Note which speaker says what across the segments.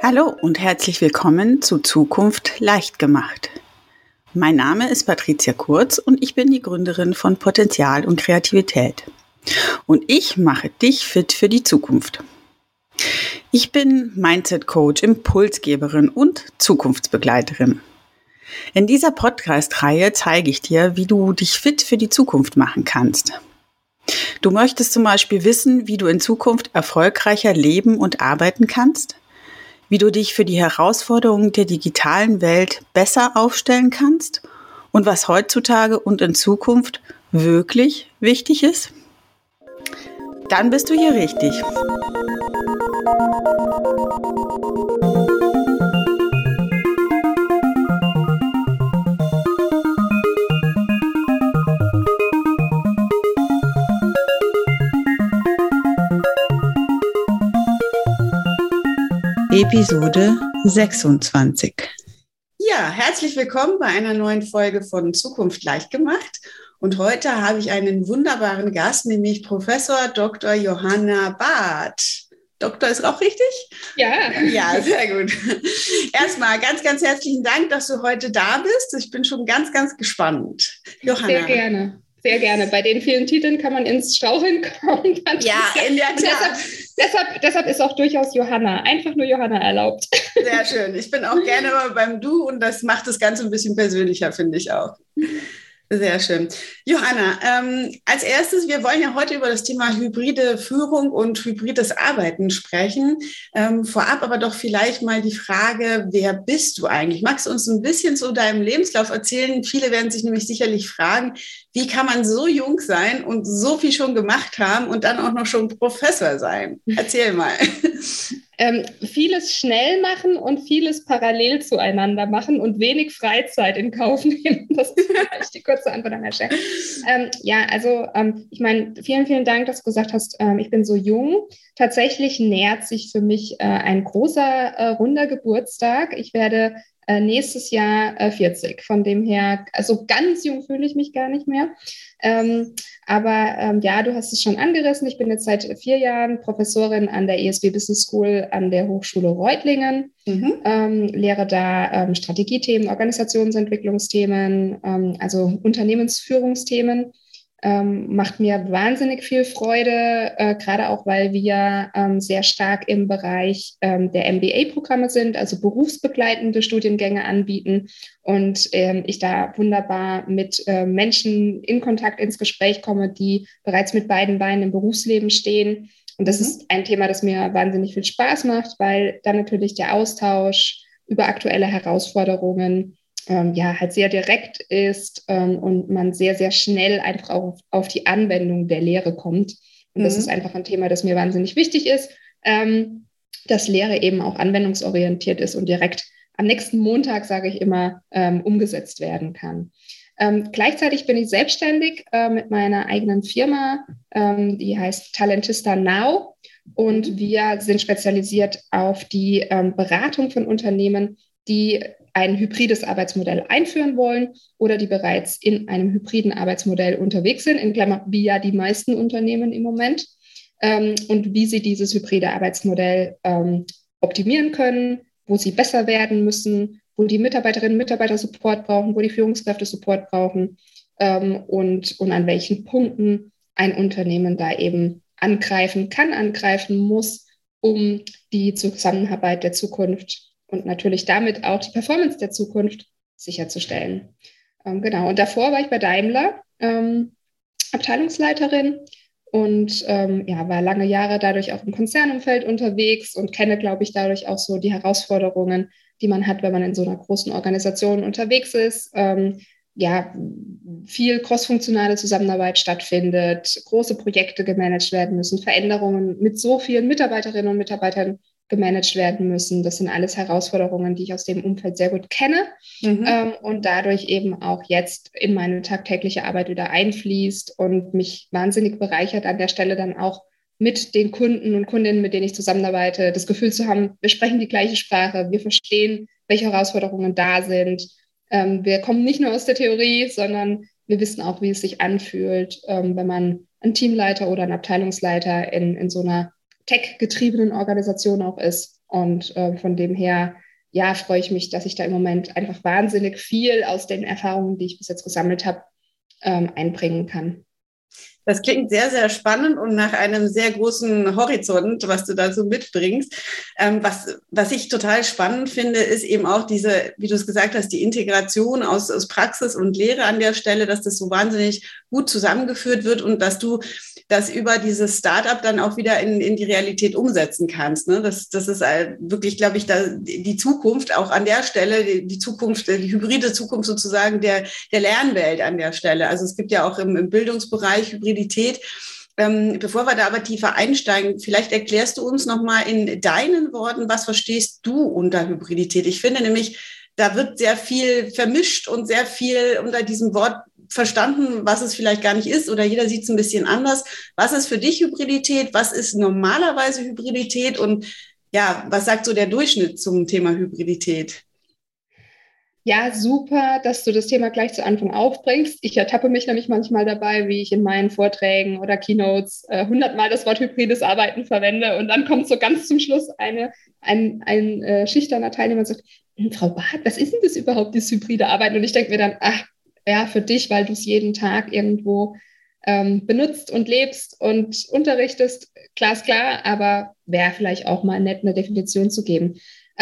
Speaker 1: Hallo und herzlich willkommen zu Zukunft leicht gemacht. Mein Name ist Patricia Kurz und ich bin die Gründerin von Potenzial und Kreativität. Und ich mache dich fit für die Zukunft. Ich bin Mindset-Coach, Impulsgeberin und Zukunftsbegleiterin. In dieser Podcast-Reihe zeige ich dir, wie du dich fit für die Zukunft machen kannst. Du möchtest zum Beispiel wissen, wie du in Zukunft erfolgreicher leben und arbeiten kannst, wie du dich für die Herausforderungen der digitalen Welt besser aufstellen kannst und was heutzutage und in Zukunft wirklich wichtig ist? Dann bist du hier richtig. Episode 26. Ja, herzlich willkommen bei einer neuen Folge von Zukunft leicht gemacht. Und heute habe ich einen wunderbaren Gast, nämlich Professor Dr. Johanna Barth. Doktor ist auch richtig?
Speaker 2: Ja.
Speaker 1: Ja, sehr gut. Erstmal ganz, ganz herzlichen Dank, dass du heute da bist. Ich bin schon ganz, ganz gespannt.
Speaker 2: Johanna. Sehr gerne. Sehr gerne. Bei den vielen Titeln kann man ins Straucheln kommen.
Speaker 1: Ja, in der Tat.
Speaker 2: Deshalb ist auch durchaus Johanna, einfach nur Johanna erlaubt.
Speaker 1: Sehr schön. Ich bin auch gerne beim Du und das macht das Ganze ein bisschen persönlicher, finde ich auch. Sehr schön. Johanna, als erstes, wir wollen ja heute über das Thema hybride Führung und hybrides Arbeiten sprechen. Vorab aber doch vielleicht mal die Frage, wer bist du eigentlich? Magst du uns ein bisschen zu deinem Lebenslauf erzählen? Viele werden sich nämlich sicherlich fragen, wie kann man so jung sein und so viel schon gemacht haben und dann auch noch schon Professor sein? Erzähl mal.
Speaker 2: Vieles schnell machen und vieles parallel zueinander machen und wenig Freizeit in Kauf nehmen. Das ist vielleicht die kurze Antwort an der Stelle. Ich meine, vielen, vielen Dank, dass du gesagt hast, ich bin so jung. Tatsächlich nähert sich für mich ein großer, runder Geburtstag. Ich werde nächstes Jahr 40. Von dem her, also ganz jung fühle ich mich gar nicht mehr. Ja, du hast es schon angerissen. Ich bin jetzt seit 4 Jahren Professorin an der ESB Business School an der Hochschule Reutlingen. Lehre da Strategiethemen, Organisationsentwicklungsthemen, also Unternehmensführungsthemen. Macht mir wahnsinnig viel Freude, gerade auch, weil wir sehr stark im Bereich der MBA-Programme sind, also berufsbegleitende Studiengänge anbieten und ich da wunderbar mit Menschen in Kontakt ins Gespräch komme, die bereits mit beiden Beinen im Berufsleben stehen. Und das ist ein Thema, das mir wahnsinnig viel Spaß macht, weil dann natürlich der Austausch über aktuelle Herausforderungen halt sehr direkt ist und man sehr, sehr schnell einfach auch auf die Anwendung der Lehre kommt. Und das ist einfach ein Thema, das mir wahnsinnig wichtig ist, dass Lehre eben auch anwendungsorientiert ist und direkt am nächsten Montag, sage ich immer, umgesetzt werden kann. Gleichzeitig bin ich selbstständig mit meiner eigenen Firma, die heißt Talentista Now. Und wir sind spezialisiert auf die Beratung von Unternehmen, die ein hybrides Arbeitsmodell einführen wollen oder die bereits in einem hybriden Arbeitsmodell unterwegs sind, in Klammer, wie ja die meisten Unternehmen im Moment, und wie sie dieses hybride Arbeitsmodell optimieren können, wo sie besser werden müssen, wo die Mitarbeiterinnen und Mitarbeiter Support brauchen, wo die Führungskräfte Support brauchen und an welchen Punkten ein Unternehmen da eben angreifen kann, angreifen muss, um die Zusammenarbeit der Zukunft und natürlich damit auch die Performance der Zukunft sicherzustellen. Genau, und davor war ich bei Daimler Abteilungsleiterin und war lange Jahre dadurch auch im Konzernumfeld unterwegs und kenne, glaube ich, dadurch auch so die Herausforderungen, die man hat, wenn man in so einer großen Organisation unterwegs ist. Viel crossfunktionale Zusammenarbeit stattfindet, große Projekte gemanagt werden müssen, Veränderungen mit so vielen Mitarbeiterinnen und Mitarbeitern gemanagt werden müssen. Das sind alles Herausforderungen, die ich aus dem Umfeld sehr gut kenne und dadurch eben auch jetzt in meine tagtägliche Arbeit wieder einfließt und mich wahnsinnig bereichert, an der Stelle dann auch mit den Kunden und Kundinnen, mit denen ich zusammenarbeite, das Gefühl zu haben, wir sprechen die gleiche Sprache, wir verstehen, welche Herausforderungen da sind. Wir kommen nicht nur aus der Theorie, sondern wir wissen auch, wie es sich anfühlt, wenn man ein Teamleiter oder ein Abteilungsleiter in so einer tech-getriebenen Organisation auch ist Und von dem her, ja, freue ich mich, dass ich da im Moment einfach wahnsinnig viel aus den Erfahrungen, die ich bis jetzt gesammelt habe, einbringen kann.
Speaker 3: Das klingt sehr, sehr spannend und nach einem sehr großen Horizont, was du da so mitbringst. Was ich total spannend finde, ist eben auch diese, wie du es gesagt hast, die Integration aus Praxis und Lehre an der Stelle, dass das so wahnsinnig gut zusammengeführt wird und dass du das über dieses Startup dann auch wieder in die Realität umsetzen kannst. Ne? Das ist wirklich, glaube ich, da die Zukunft auch an der Stelle, die Zukunft, die hybride Zukunft sozusagen der Lernwelt an der Stelle. Also es gibt ja auch im Bildungsbereich Hybridität. Bevor wir da aber tiefer einsteigen, vielleicht erklärst du uns nochmal in deinen Worten, was verstehst du unter Hybridität? Ich finde nämlich, da wird sehr viel vermischt und sehr viel unter diesem Wort verstanden, was es vielleicht gar nicht ist, oder jeder sieht es ein bisschen anders. Was ist für dich Hybridität? Was ist normalerweise Hybridität? Und ja, was sagt so der Durchschnitt zum Thema Hybridität?
Speaker 2: Ja, super, dass du das Thema gleich zu Anfang aufbringst. Ich ertappe mich nämlich manchmal dabei, wie ich in meinen Vorträgen oder Keynotes 100-mal das Wort hybrides Arbeiten verwende und dann kommt so ganz zum Schluss ein schüchterner Teilnehmer und sagt, Frau Barth, was ist denn das überhaupt, das hybride Arbeiten? Und ich denke mir dann, ach, ja, für dich, weil du es jeden Tag irgendwo benutzt und lebst und unterrichtest, klar, aber wäre vielleicht auch mal nett, eine Definition zu geben.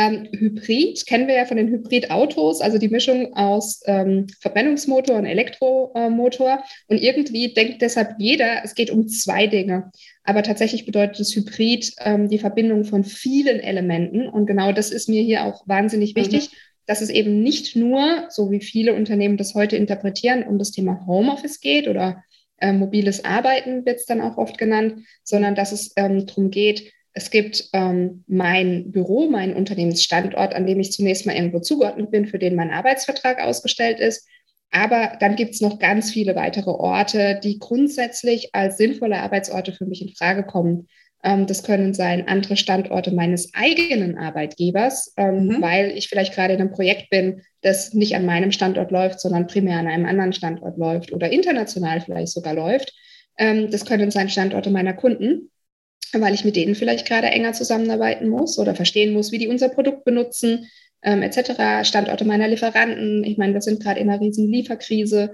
Speaker 2: Hybrid kennen wir ja von den Hybridautos, also die Mischung aus Verbrennungsmotor und Elektromotor. Und irgendwie denkt deshalb jeder, es geht um zwei Dinge. Aber tatsächlich bedeutet das Hybrid die Verbindung von vielen Elementen. Und genau das ist mir hier auch wahnsinnig wichtig, dass es eben nicht nur, so wie viele Unternehmen das heute interpretieren, um das Thema Homeoffice geht oder mobiles Arbeiten wird es dann auch oft genannt, sondern dass es darum geht, es gibt mein Büro, meinen Unternehmensstandort, an dem ich zunächst mal irgendwo zugeordnet bin, für den mein Arbeitsvertrag ausgestellt ist. Aber dann gibt es noch ganz viele weitere Orte, die grundsätzlich als sinnvolle Arbeitsorte für mich in Frage kommen. Das können sein andere Standorte meines eigenen Arbeitgebers, weil ich vielleicht gerade in einem Projekt bin, das nicht an meinem Standort läuft, sondern primär an einem anderen Standort läuft oder international vielleicht sogar läuft. Das können sein Standorte meiner Kunden, weil ich mit denen vielleicht gerade enger zusammenarbeiten muss oder verstehen muss, wie die unser Produkt benutzen, etc. Standorte meiner Lieferanten. Ich meine, wir sind gerade in einer riesen Lieferkrise.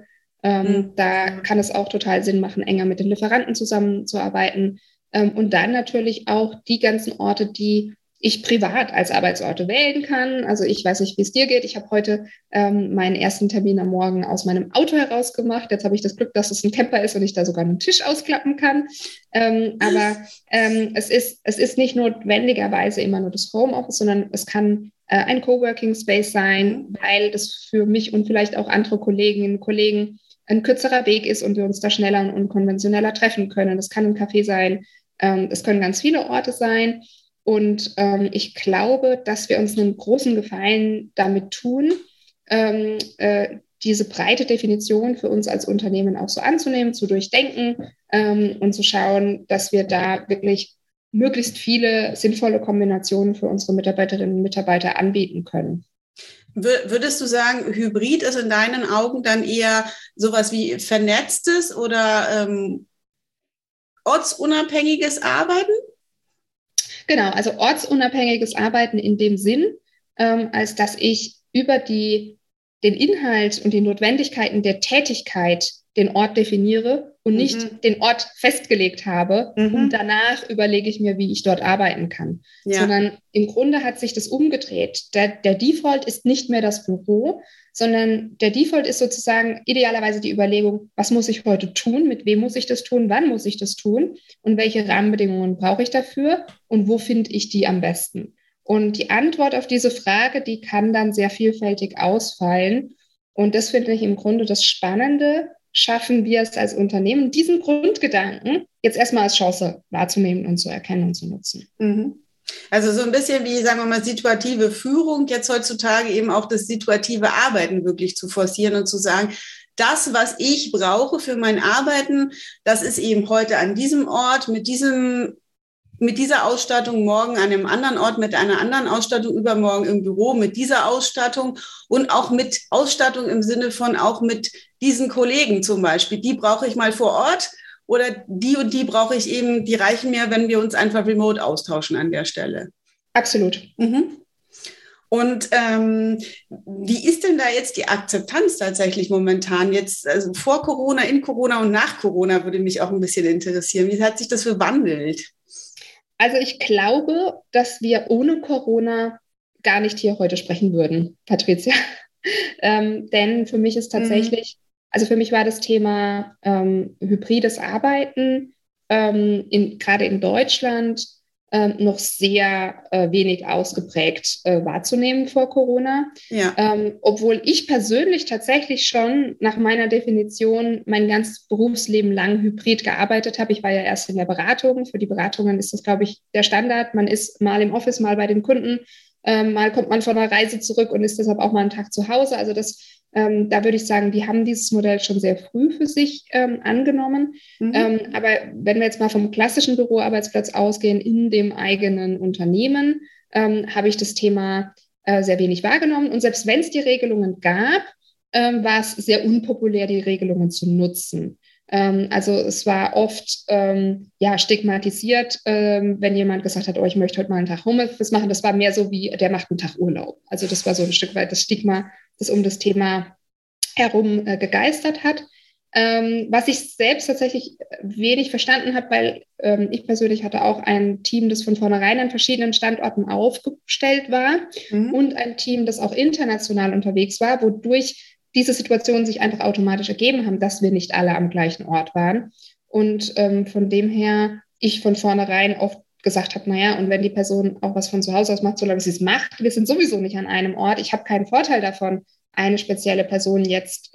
Speaker 2: Da kann es auch total Sinn machen, enger mit den Lieferanten zusammenzuarbeiten. Und dann natürlich auch die ganzen Orte, die ich privat als Arbeitsorte wählen kann. Also ich weiß nicht, wie es dir geht. Ich habe heute meinen ersten Termin am Morgen aus meinem Auto heraus gemacht. Jetzt habe ich das Glück, dass es ein Camper ist und ich da sogar einen Tisch ausklappen kann. Aber es ist nicht notwendigerweise immer nur das Homeoffice, sondern es kann ein Coworking Space sein, weil das für mich und vielleicht auch andere Kolleginnen und Kollegen ein kürzerer Weg ist und wir uns da schneller und unkonventioneller treffen können. Das kann ein Café sein, das können ganz viele Orte sein. Und ich glaube, dass wir uns einen großen Gefallen damit tun, diese breite Definition für uns als Unternehmen auch so anzunehmen, zu durchdenken und zu schauen, dass wir da wirklich möglichst viele sinnvolle Kombinationen für unsere Mitarbeiterinnen und Mitarbeiter anbieten können.
Speaker 3: Würdest du sagen, Hybrid ist in deinen Augen dann eher sowas wie vernetztes oder ortsunabhängiges Arbeiten?
Speaker 2: Genau, also ortsunabhängiges Arbeiten in dem Sinn, als dass ich über den Inhalt und die Notwendigkeiten der Tätigkeit den Ort definiere und nicht den Ort festgelegt habe und danach überlege ich mir, wie ich dort arbeiten kann. Ja. Sondern im Grunde hat sich das umgedreht. Der Default ist nicht mehr das Büro, sondern der Default ist sozusagen idealerweise die Überlegung, was muss ich heute tun, mit wem muss ich das tun, wann muss ich das tun und welche Rahmenbedingungen brauche ich dafür und wo finde ich die am besten. Und die Antwort auf diese Frage, die kann dann sehr vielfältig ausfallen. Und das finde ich im Grunde das Spannende. Schaffen wir es als Unternehmen, diesen Grundgedanken jetzt erstmal als Chance wahrzunehmen und zu erkennen und zu nutzen.
Speaker 3: Also so ein bisschen wie, sagen wir mal, situative Führung, jetzt heutzutage eben auch das situative Arbeiten wirklich zu forcieren und zu sagen, das, was ich brauche für mein Arbeiten, das ist eben heute an diesem Ort, mit dieser Ausstattung, morgen an einem anderen Ort, mit einer anderen Ausstattung, übermorgen im Büro, mit dieser Ausstattung und auch mit Ausstattung im Sinne von auch mit diesen Kollegen zum Beispiel. Die brauche ich mal vor Ort oder die und die brauche ich eben, die reichen mir, wenn wir uns einfach remote austauschen an der Stelle.
Speaker 2: Absolut.
Speaker 3: Mhm. Und wie ist denn da jetzt die Akzeptanz tatsächlich momentan? Jetzt, also vor Corona, in Corona und nach Corona würde mich auch ein bisschen interessieren. Wie hat sich das verwandelt?
Speaker 2: Also ich glaube, dass wir ohne Corona gar nicht hier heute sprechen würden, Patricia. Denn für mich ist
Speaker 3: Mhm.
Speaker 2: tatsächlich, also für mich war das Thema hybrides Arbeiten gerade in Deutschland noch sehr wenig ausgeprägt wahrzunehmen vor Corona.
Speaker 3: Ja.
Speaker 2: Obwohl ich persönlich tatsächlich schon nach meiner Definition mein ganzes Berufsleben lang hybrid gearbeitet habe. Ich war ja erst in der Beratung. Für die Beratungen ist das, glaube ich, der Standard. Man ist mal im Office, mal bei den Kunden. Mal kommt man von einer Reise zurück und ist deshalb auch mal einen Tag zu Hause. Also da würde ich sagen, die haben dieses Modell schon sehr früh für sich angenommen.
Speaker 3: Mhm.
Speaker 2: Aber wenn wir jetzt mal vom klassischen Büroarbeitsplatz ausgehen, in dem eigenen Unternehmen, habe ich das Thema sehr wenig wahrgenommen. Und selbst wenn es die Regelungen gab, war es sehr unpopulär, die Regelungen zu nutzen. Also es war oft stigmatisiert, wenn jemand gesagt hat, oh, ich möchte heute mal einen Tag Homeoffice machen. Das war mehr so wie, der macht einen Tag Urlaub. Also das war so ein Stück weit das Stigma, das um das Thema herum gegeistert hat. Was ich selbst tatsächlich wenig verstanden habe, weil ich persönlich hatte auch ein Team, das von vornherein an verschiedenen Standorten aufgestellt war
Speaker 3: Mhm.
Speaker 2: und ein Team, das auch international unterwegs war, wodurch diese Situationen sich einfach automatisch ergeben haben, dass wir nicht alle am gleichen Ort waren. Und von dem her ich von vornherein oft gesagt habe, naja, und wenn die Person auch was von zu Hause aus macht, solange sie es macht, wir sind sowieso nicht an einem Ort, ich habe keinen Vorteil davon, eine spezielle Person jetzt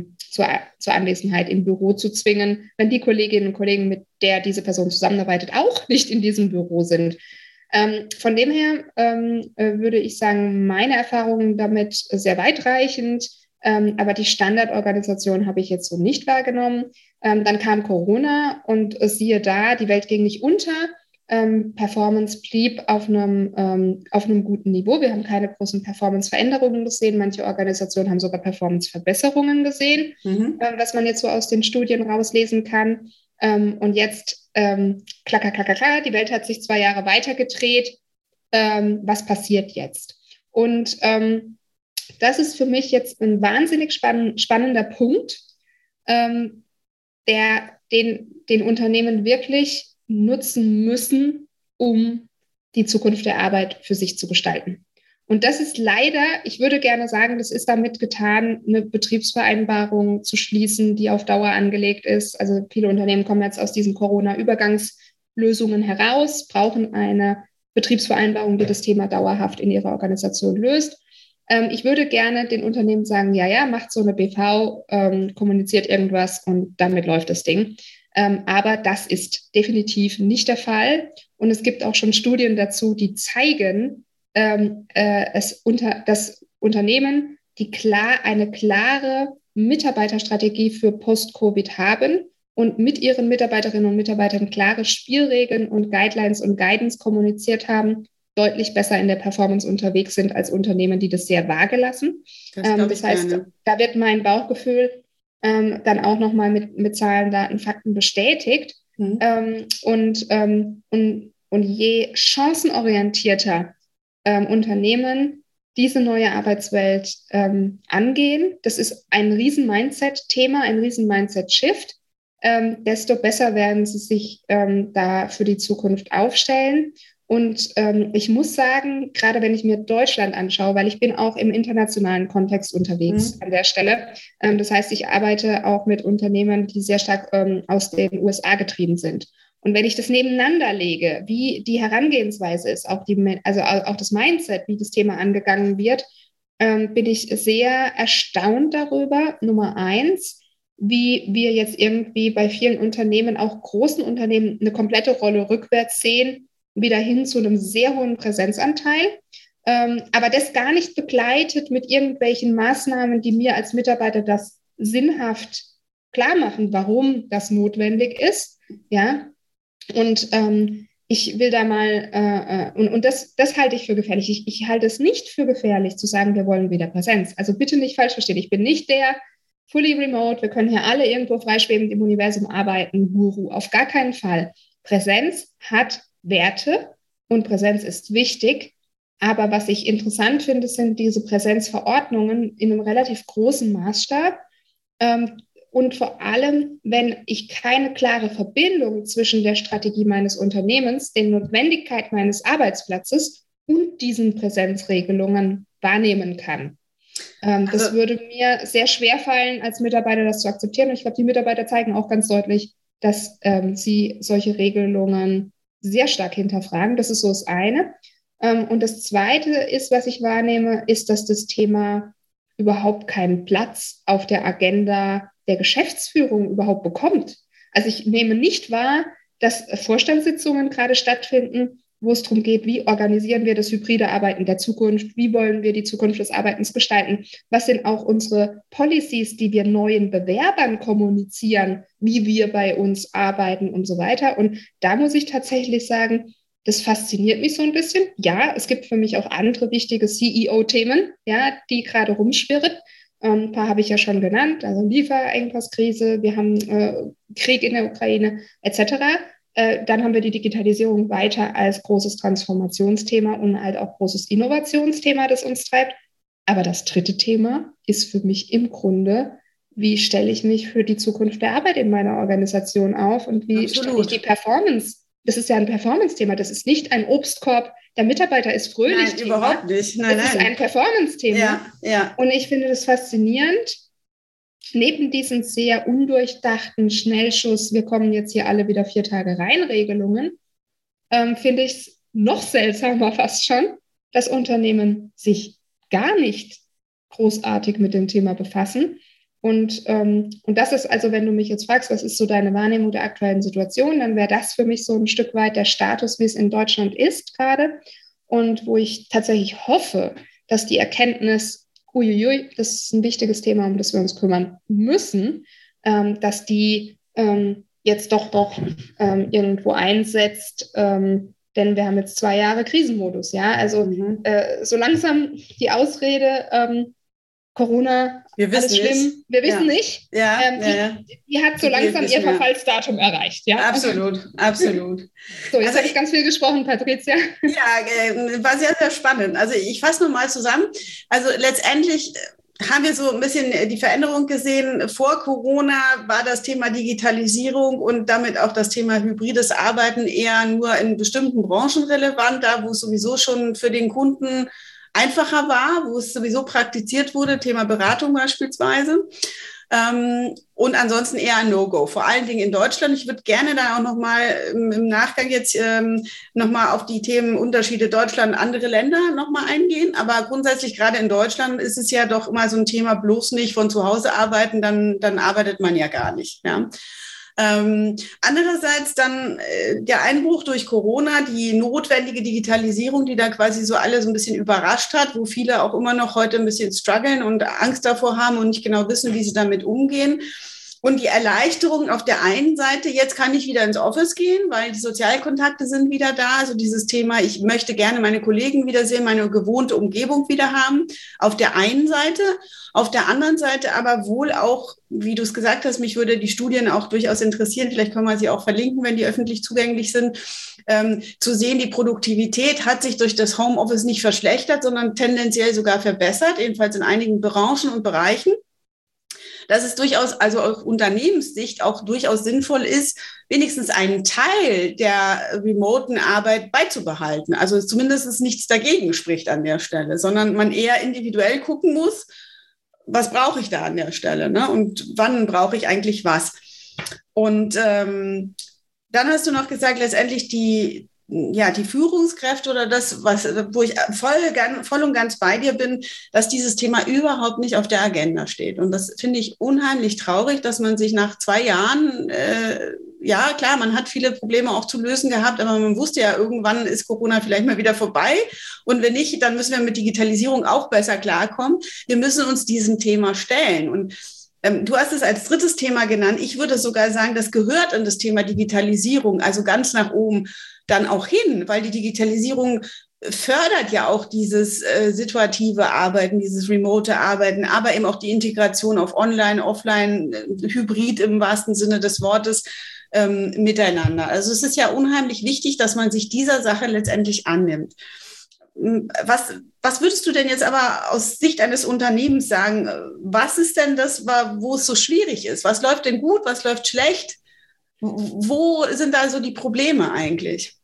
Speaker 2: zur Anwesenheit im Büro zu zwingen, wenn die Kolleginnen und Kollegen, mit der diese Person zusammenarbeitet, auch nicht in diesem Büro sind. Von dem her würde ich sagen, meine Erfahrungen damit sehr weitreichend, aber die Standardorganisation habe ich jetzt so nicht wahrgenommen. Dann kam Corona und siehe da, die Welt ging nicht unter. Performance blieb auf einem guten Niveau. Wir haben keine großen Performance-Veränderungen gesehen. Manche Organisationen haben sogar Performance-Verbesserungen gesehen,
Speaker 3: Mhm.
Speaker 2: was man jetzt so aus den Studien rauslesen kann. Und jetzt, klacker, klacker, klacker, die Welt hat sich 2 Jahre weitergedreht. Was passiert jetzt? Und das ist für mich jetzt ein wahnsinnig spannender Punkt, ähm, den Unternehmen wirklich nutzen müssen, um die Zukunft der Arbeit für sich zu gestalten. Und das ist leider, ich würde gerne sagen, das ist damit getan, eine Betriebsvereinbarung zu schließen, die auf Dauer angelegt ist. Also viele Unternehmen kommen jetzt aus diesen Corona-Übergangslösungen heraus, brauchen eine Betriebsvereinbarung, die das Thema dauerhaft in ihrer Organisation löst. Ich würde gerne den Unternehmen sagen, ja, ja, macht so eine BV, kommuniziert irgendwas und damit läuft das Ding. Aber das ist definitiv nicht der Fall. Und es gibt auch schon Studien dazu, die zeigen, dass Unternehmen, die eine klare Mitarbeiterstrategie für Post-Covid haben und mit ihren Mitarbeiterinnen und Mitarbeitern klare Spielregeln und Guidelines und Guidance kommuniziert haben, deutlich besser in der Performance unterwegs sind als Unternehmen, die das sehr vage lassen.
Speaker 3: Das glaube
Speaker 2: Das
Speaker 3: ich
Speaker 2: heißt,
Speaker 3: gerne.
Speaker 2: da wird mein Bauchgefühl dann auch nochmal mit Zahlen, Daten, Fakten bestätigt.
Speaker 3: Mhm.
Speaker 2: Und je chancenorientierter Unternehmen diese neue Arbeitswelt angehen, das ist ein riesen Mindset-Thema, ein riesen Mindset-Shift, desto besser werden sie sich da für die Zukunft aufstellen. Und ich muss sagen, gerade wenn ich mir Deutschland anschaue, weil ich bin auch im internationalen Kontext unterwegs
Speaker 3: Mhm.
Speaker 2: an der Stelle. Das heißt, ich arbeite auch mit Unternehmen, die sehr stark aus den USA getrieben sind. Und wenn ich das nebeneinander lege, wie die Herangehensweise ist, also auch das Mindset, wie das Thema angegangen wird, bin ich sehr erstaunt darüber, Nummer eins, wie wir jetzt irgendwie bei vielen Unternehmen, auch großen Unternehmen, eine komplette Rolle rückwärts sehen, wieder hin zu einem sehr hohen Präsenzanteil. Aber das gar nicht begleitet mit irgendwelchen Maßnahmen, die mir als Mitarbeiter das sinnhaft klar machen, warum das notwendig ist. Ja, und ich will da mal, und das halte ich für gefährlich. Ich halte es nicht für gefährlich zu sagen, wir wollen wieder Präsenz. Also bitte nicht falsch verstehen. Ich bin nicht der fully remote, wir können hier alle irgendwo freischwebend im Universum arbeiten, Guru. Auf gar keinen Fall. Präsenz hat Werte und Präsenz ist wichtig. Aber was ich interessant finde, sind diese Präsenzverordnungen in einem relativ großen Maßstab. Und vor allem, wenn ich keine klare Verbindung zwischen der Strategie meines Unternehmens, der Notwendigkeit meines Arbeitsplatzes und diesen Präsenzregelungen wahrnehmen kann. Das würde mir sehr schwer fallen, als Mitarbeiter das zu akzeptieren. Und ich glaube, die Mitarbeiter zeigen auch ganz deutlich, dass sie solche Regelungen sehr stark hinterfragen. Das ist so das eine. Und das Zweite ist, was ich wahrnehme, ist, dass das Thema überhaupt keinen Platz auf der Agenda der Geschäftsführung überhaupt bekommt. Also ich nehme nicht wahr, dass Vorstandssitzungen gerade stattfinden, wo es darum geht, wie organisieren wir das hybride Arbeiten der Zukunft, wie wollen wir die Zukunft des Arbeitens gestalten, was sind auch unsere Policies, die wir neuen Bewerbern kommunizieren, wie wir bei uns arbeiten und so weiter. Und da muss ich tatsächlich sagen, das fasziniert mich so ein bisschen. Ja, es gibt für mich auch andere wichtige CEO-Themen, ja, die gerade rumschwirren. Ein paar habe ich ja schon genannt, also Lieferengpasskrise, wir haben Krieg in der Ukraine etc. Dann haben wir die Digitalisierung weiter als großes Transformationsthema und halt auch großes Innovationsthema, das uns treibt. Aber das dritte Thema ist für mich im Grunde, wie stelle ich mich für die Zukunft der Arbeit in meiner Organisation auf und wie stelle ich die Performance? Das ist ja ein Performance-Thema, das ist nicht ein Obstkorb, der Mitarbeiter ist fröhlich.
Speaker 3: Nein, überhaupt nicht. Nein,
Speaker 2: das ist ein Performance-Thema.
Speaker 3: Ja.
Speaker 2: Und ich finde das faszinierend. Neben diesen sehr undurchdachten Schnellschuss, wir kommen jetzt hier alle wieder 4 Tage rein, Regelungen, finde ich es noch seltsamer fast schon, dass Unternehmen sich gar nicht großartig mit dem Thema befassen. Und das ist also, wenn du mich jetzt fragst, was ist so deine Wahrnehmung der aktuellen Situation, dann wäre das für mich so ein Stück weit der Status, wie es in Deutschland ist gerade. Und wo ich tatsächlich hoffe, dass die Erkenntnis, das ist ein wichtiges Thema, um das wir uns kümmern müssen, dass die jetzt doch irgendwo einsetzt, denn wir haben jetzt 2 Jahre Krisenmodus, ja, also so langsam die Ausrede, Corona, alles schlimm, wir wissen nicht, die hat so langsam ihr Verfallsdatum erreicht. Ja?
Speaker 3: Absolut.
Speaker 2: So, jetzt habe ich ganz viel gesprochen, Patricia.
Speaker 3: Ja, war sehr, sehr spannend. Also ich fasse nochmal zusammen. Also letztendlich haben wir so ein bisschen die Veränderung gesehen. Vor Corona war das Thema Digitalisierung und damit auch das Thema hybrides Arbeiten eher nur in bestimmten Branchen relevant, da wo es sowieso schon für den Kunden einfacher war, wo es sowieso praktiziert wurde, Thema Beratung beispielsweise. Und ansonsten eher ein No-Go, vor allen Dingen in Deutschland. Ich würde gerne da auch nochmal im Nachgang jetzt nochmal auf die Themenunterschiede Deutschland und andere Länder nochmal eingehen. Aber grundsätzlich gerade in Deutschland ist es ja doch immer so ein Thema, bloß nicht von zu Hause arbeiten, dann arbeitet man ja gar nicht. Ja. Andererseits dann der Einbruch durch Corona, die notwendige Digitalisierung, die da quasi so alle so ein bisschen überrascht hat, wo viele auch immer noch heute ein bisschen strugglen und Angst davor haben und nicht genau wissen, wie sie damit umgehen. Und die Erleichterung auf der einen Seite, jetzt kann ich wieder ins Office gehen, weil die Sozialkontakte sind wieder da. Also dieses Thema, ich möchte gerne meine Kollegen wiedersehen, meine gewohnte Umgebung wieder haben. Auf der einen Seite. Auf der anderen Seite aber wohl auch, wie du es gesagt hast, mich würde die Studien auch durchaus interessieren. Vielleicht können wir sie auch verlinken, wenn die öffentlich zugänglich sind. Zu sehen, die Produktivität hat sich durch das Homeoffice nicht verschlechtert, sondern tendenziell sogar verbessert, jedenfalls in einigen Branchen und Bereichen. Dass es durchaus, also aus Unternehmenssicht auch durchaus sinnvoll ist, wenigstens einen Teil der remoten Arbeit beizubehalten. Also zumindest nichts dagegen spricht an der Stelle, sondern man eher individuell gucken muss, was brauche ich da an der Stelle, ne? Und wann brauche ich eigentlich was? Und dann hast du noch gesagt, letztendlich die Führungskräfte oder das, wo ich voll und ganz bei dir bin, dass dieses Thema überhaupt nicht auf der Agenda steht. Und das finde ich unheimlich traurig, dass man sich nach 2 Jahren, ja klar, man hat viele Probleme auch zu lösen gehabt, aber man wusste ja, irgendwann ist Corona vielleicht mal wieder vorbei. Und wenn nicht, dann müssen wir mit Digitalisierung auch besser klarkommen. Wir müssen uns diesem Thema stellen. Und du hast es als drittes Thema genannt. Ich würde sogar sagen, das gehört in das Thema Digitalisierung, also ganz nach oben dann auch hin, weil die Digitalisierung fördert ja auch dieses situative Arbeiten, dieses remote Arbeiten, aber eben auch die Integration auf Online, Offline, Hybrid im wahrsten Sinne des Wortes. miteinander. Also es ist ja unheimlich wichtig, dass man sich dieser Sache letztendlich annimmt. Was würdest du denn jetzt aber aus Sicht eines Unternehmens sagen? Was ist denn das, wo es so schwierig ist? Was läuft denn gut? Was läuft schlecht? Wo sind da so die Probleme eigentlich?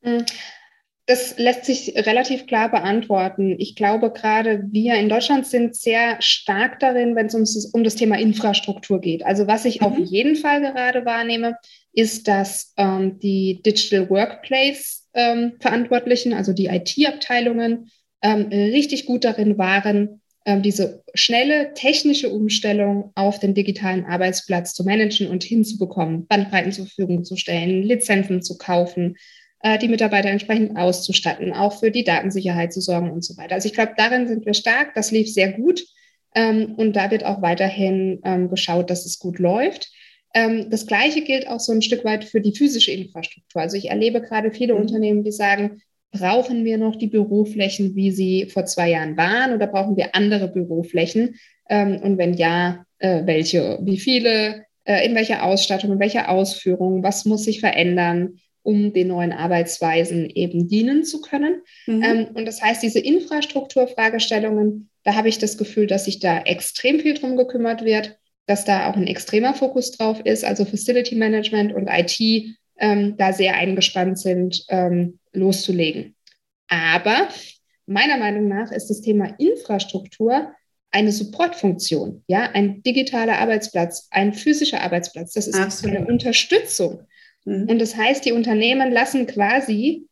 Speaker 2: Das lässt sich relativ klar beantworten. Ich glaube, gerade wir in Deutschland sind sehr stark darin, wenn es um das Thema Infrastruktur geht. Also was ich auf jeden Fall gerade wahrnehme, ist, dass die Digital Workplace Verantwortlichen, also die IT-Abteilungen, richtig gut darin waren, diese schnelle technische Umstellung auf den digitalen Arbeitsplatz zu managen und hinzubekommen, Bandbreiten zur Verfügung zu stellen, Lizenzen zu kaufen, die Mitarbeiter entsprechend auszustatten, auch für die Datensicherheit zu sorgen und so weiter. Also ich glaube, darin sind wir stark, das lief sehr gut und da wird auch weiterhin geschaut, dass es gut läuft. Das Gleiche gilt auch so ein Stück weit für die physische Infrastruktur. Also ich erlebe gerade viele Unternehmen, die sagen, brauchen wir noch die Büroflächen, wie sie vor 2 Jahren waren, oder brauchen wir andere Büroflächen? Und wenn ja, welche, wie viele, in welcher Ausstattung, in welcher Ausführung, was muss sich verändern, um den neuen Arbeitsweisen eben dienen zu können. Und das heißt, diese Infrastrukturfragestellungen, da habe ich das Gefühl, dass sich da extrem viel drum gekümmert wird, dass da auch ein extremer Fokus drauf ist, also Facility Management und IT da sehr eingespannt sind, loszulegen. Aber meiner Meinung nach ist das Thema Infrastruktur eine Supportfunktion, ja, ein digitaler Arbeitsplatz, ein physischer Arbeitsplatz. Das ist eine Unterstützung. Und das heißt, die Unternehmen lassen quasi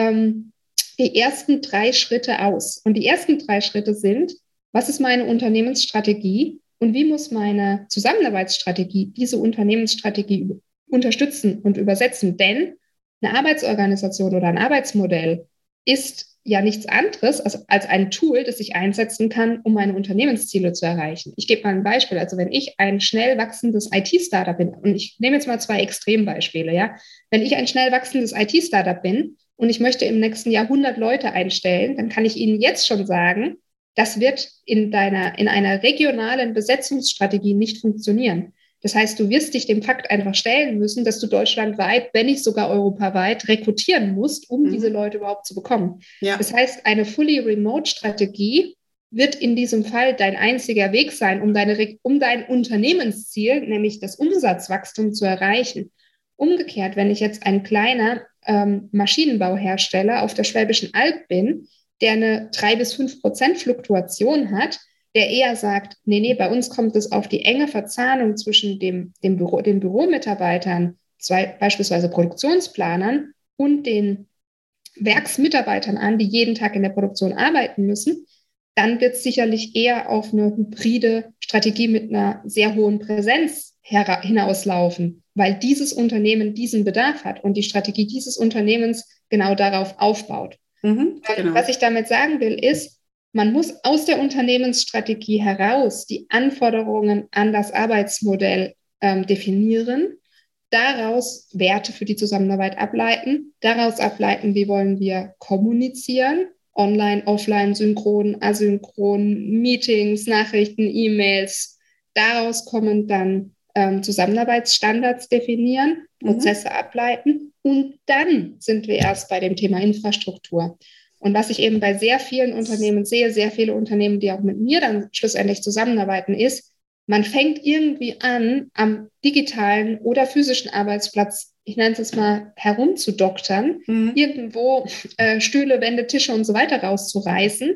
Speaker 2: die ersten 3 Schritte aus. Und die ersten 3 Schritte sind, was ist meine Unternehmensstrategie und wie muss meine Zusammenarbeitsstrategie diese Unternehmensstrategie unterstützen und übersetzen? Denn eine Arbeitsorganisation oder ein Arbeitsmodell ist ja nichts anderes als ein Tool, das ich einsetzen kann, um meine Unternehmensziele zu erreichen. Ich gebe mal ein Beispiel. Also wenn ich ein schnell wachsendes IT-Startup bin, und ich nehme jetzt mal 2 Extrembeispiele, ja. Wenn ich ein schnell wachsendes IT-Startup bin und ich möchte im nächsten Jahr 100 Leute einstellen, dann kann ich Ihnen jetzt schon sagen, das wird in einer regionalen Besetzungsstrategie nicht funktionieren. Das heißt, du wirst dich dem Fakt einfach stellen müssen, dass du deutschlandweit, wenn nicht sogar europaweit, rekrutieren musst, um diese Leute überhaupt zu bekommen. Ja. Das heißt, eine fully remote Strategie wird in diesem Fall dein einziger Weg sein, um dein Unternehmensziel, nämlich das Umsatzwachstum, zu erreichen. Umgekehrt, wenn ich jetzt ein kleiner Maschinenbauhersteller auf der Schwäbischen Alb bin, der eine 3-5% Fluktuation hat, der eher sagt, nee, bei uns kommt es auf die enge Verzahnung zwischen den Büromitarbeitern, beispielsweise Produktionsplanern, und den Werksmitarbeitern an, die jeden Tag in der Produktion arbeiten müssen, dann wird es sicherlich eher auf eine hybride Strategie mit einer sehr hohen Präsenz hinauslaufen, weil dieses Unternehmen diesen Bedarf hat und die Strategie dieses Unternehmens genau darauf aufbaut. Genau. Was ich damit sagen will, ist, man muss aus der Unternehmensstrategie heraus die Anforderungen an das Arbeitsmodell definieren, daraus Werte für die Zusammenarbeit ableiten, daraus ableiten, wie wollen wir kommunizieren, online, offline, synchron, asynchron, Meetings, Nachrichten, E-Mails. Daraus kommen dann Zusammenarbeitsstandards definieren, Prozesse ableiten, und dann sind wir erst bei dem Thema Infrastruktur. Und was ich eben bei sehr vielen Unternehmen sehe, sehr viele Unternehmen, die auch mit mir dann schlussendlich zusammenarbeiten, ist, man fängt irgendwie an, am digitalen oder physischen Arbeitsplatz, ich nenne es jetzt mal, herumzudoktern, irgendwo Stühle, Wände, Tische und so weiter rauszureißen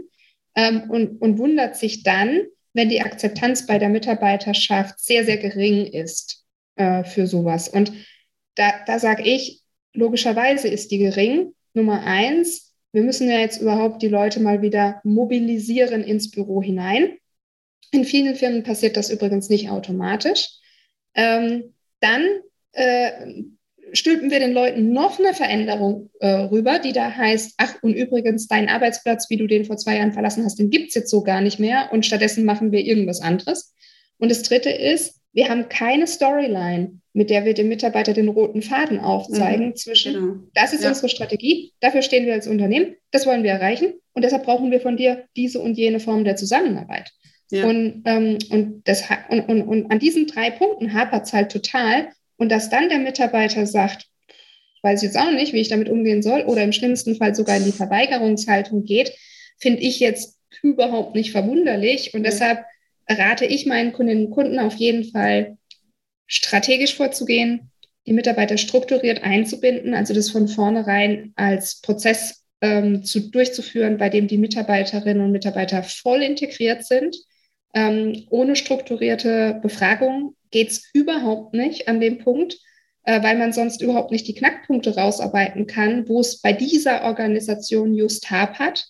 Speaker 2: und wundert sich dann, wenn die Akzeptanz bei der Mitarbeiterschaft sehr, sehr gering ist für sowas. Und da sage ich, logischerweise ist die gering. Nummer 1, wir müssen ja jetzt überhaupt die Leute mal wieder mobilisieren ins Büro hinein. In vielen Firmen passiert das übrigens nicht automatisch. Dann stülpen wir den Leuten noch eine Veränderung rüber, die da heißt, ach, und übrigens, dein Arbeitsplatz, wie du den vor 2 Jahren verlassen hast, den gibt es jetzt so gar nicht mehr, und stattdessen machen wir irgendwas anderes. Und das Dritte ist, wir haben keine Storyline, mit der wir dem Mitarbeiter den roten Faden aufzeigen das ist unsere Strategie, dafür stehen wir als Unternehmen, das wollen wir erreichen, und deshalb brauchen wir von dir diese und jene Form der Zusammenarbeit. Ja. Und an diesen 3 Punkten hapert es halt total, und dass dann der Mitarbeiter sagt, weiß ich jetzt auch nicht, wie ich damit umgehen soll, oder im schlimmsten Fall sogar in die Verweigerungshaltung geht, finde ich jetzt überhaupt nicht verwunderlich. Und deshalb rate ich meinen Kundinnen und Kunden auf jeden Fall, strategisch vorzugehen, die Mitarbeiter strukturiert einzubinden, also das von vornherein als Prozess durchzuführen, bei dem die Mitarbeiterinnen und Mitarbeiter voll integriert sind. Ohne strukturierte Befragung geht es überhaupt nicht an dem Punkt, weil man sonst überhaupt nicht die Knackpunkte rausarbeiten kann, wo es bei dieser Organisation just hapert.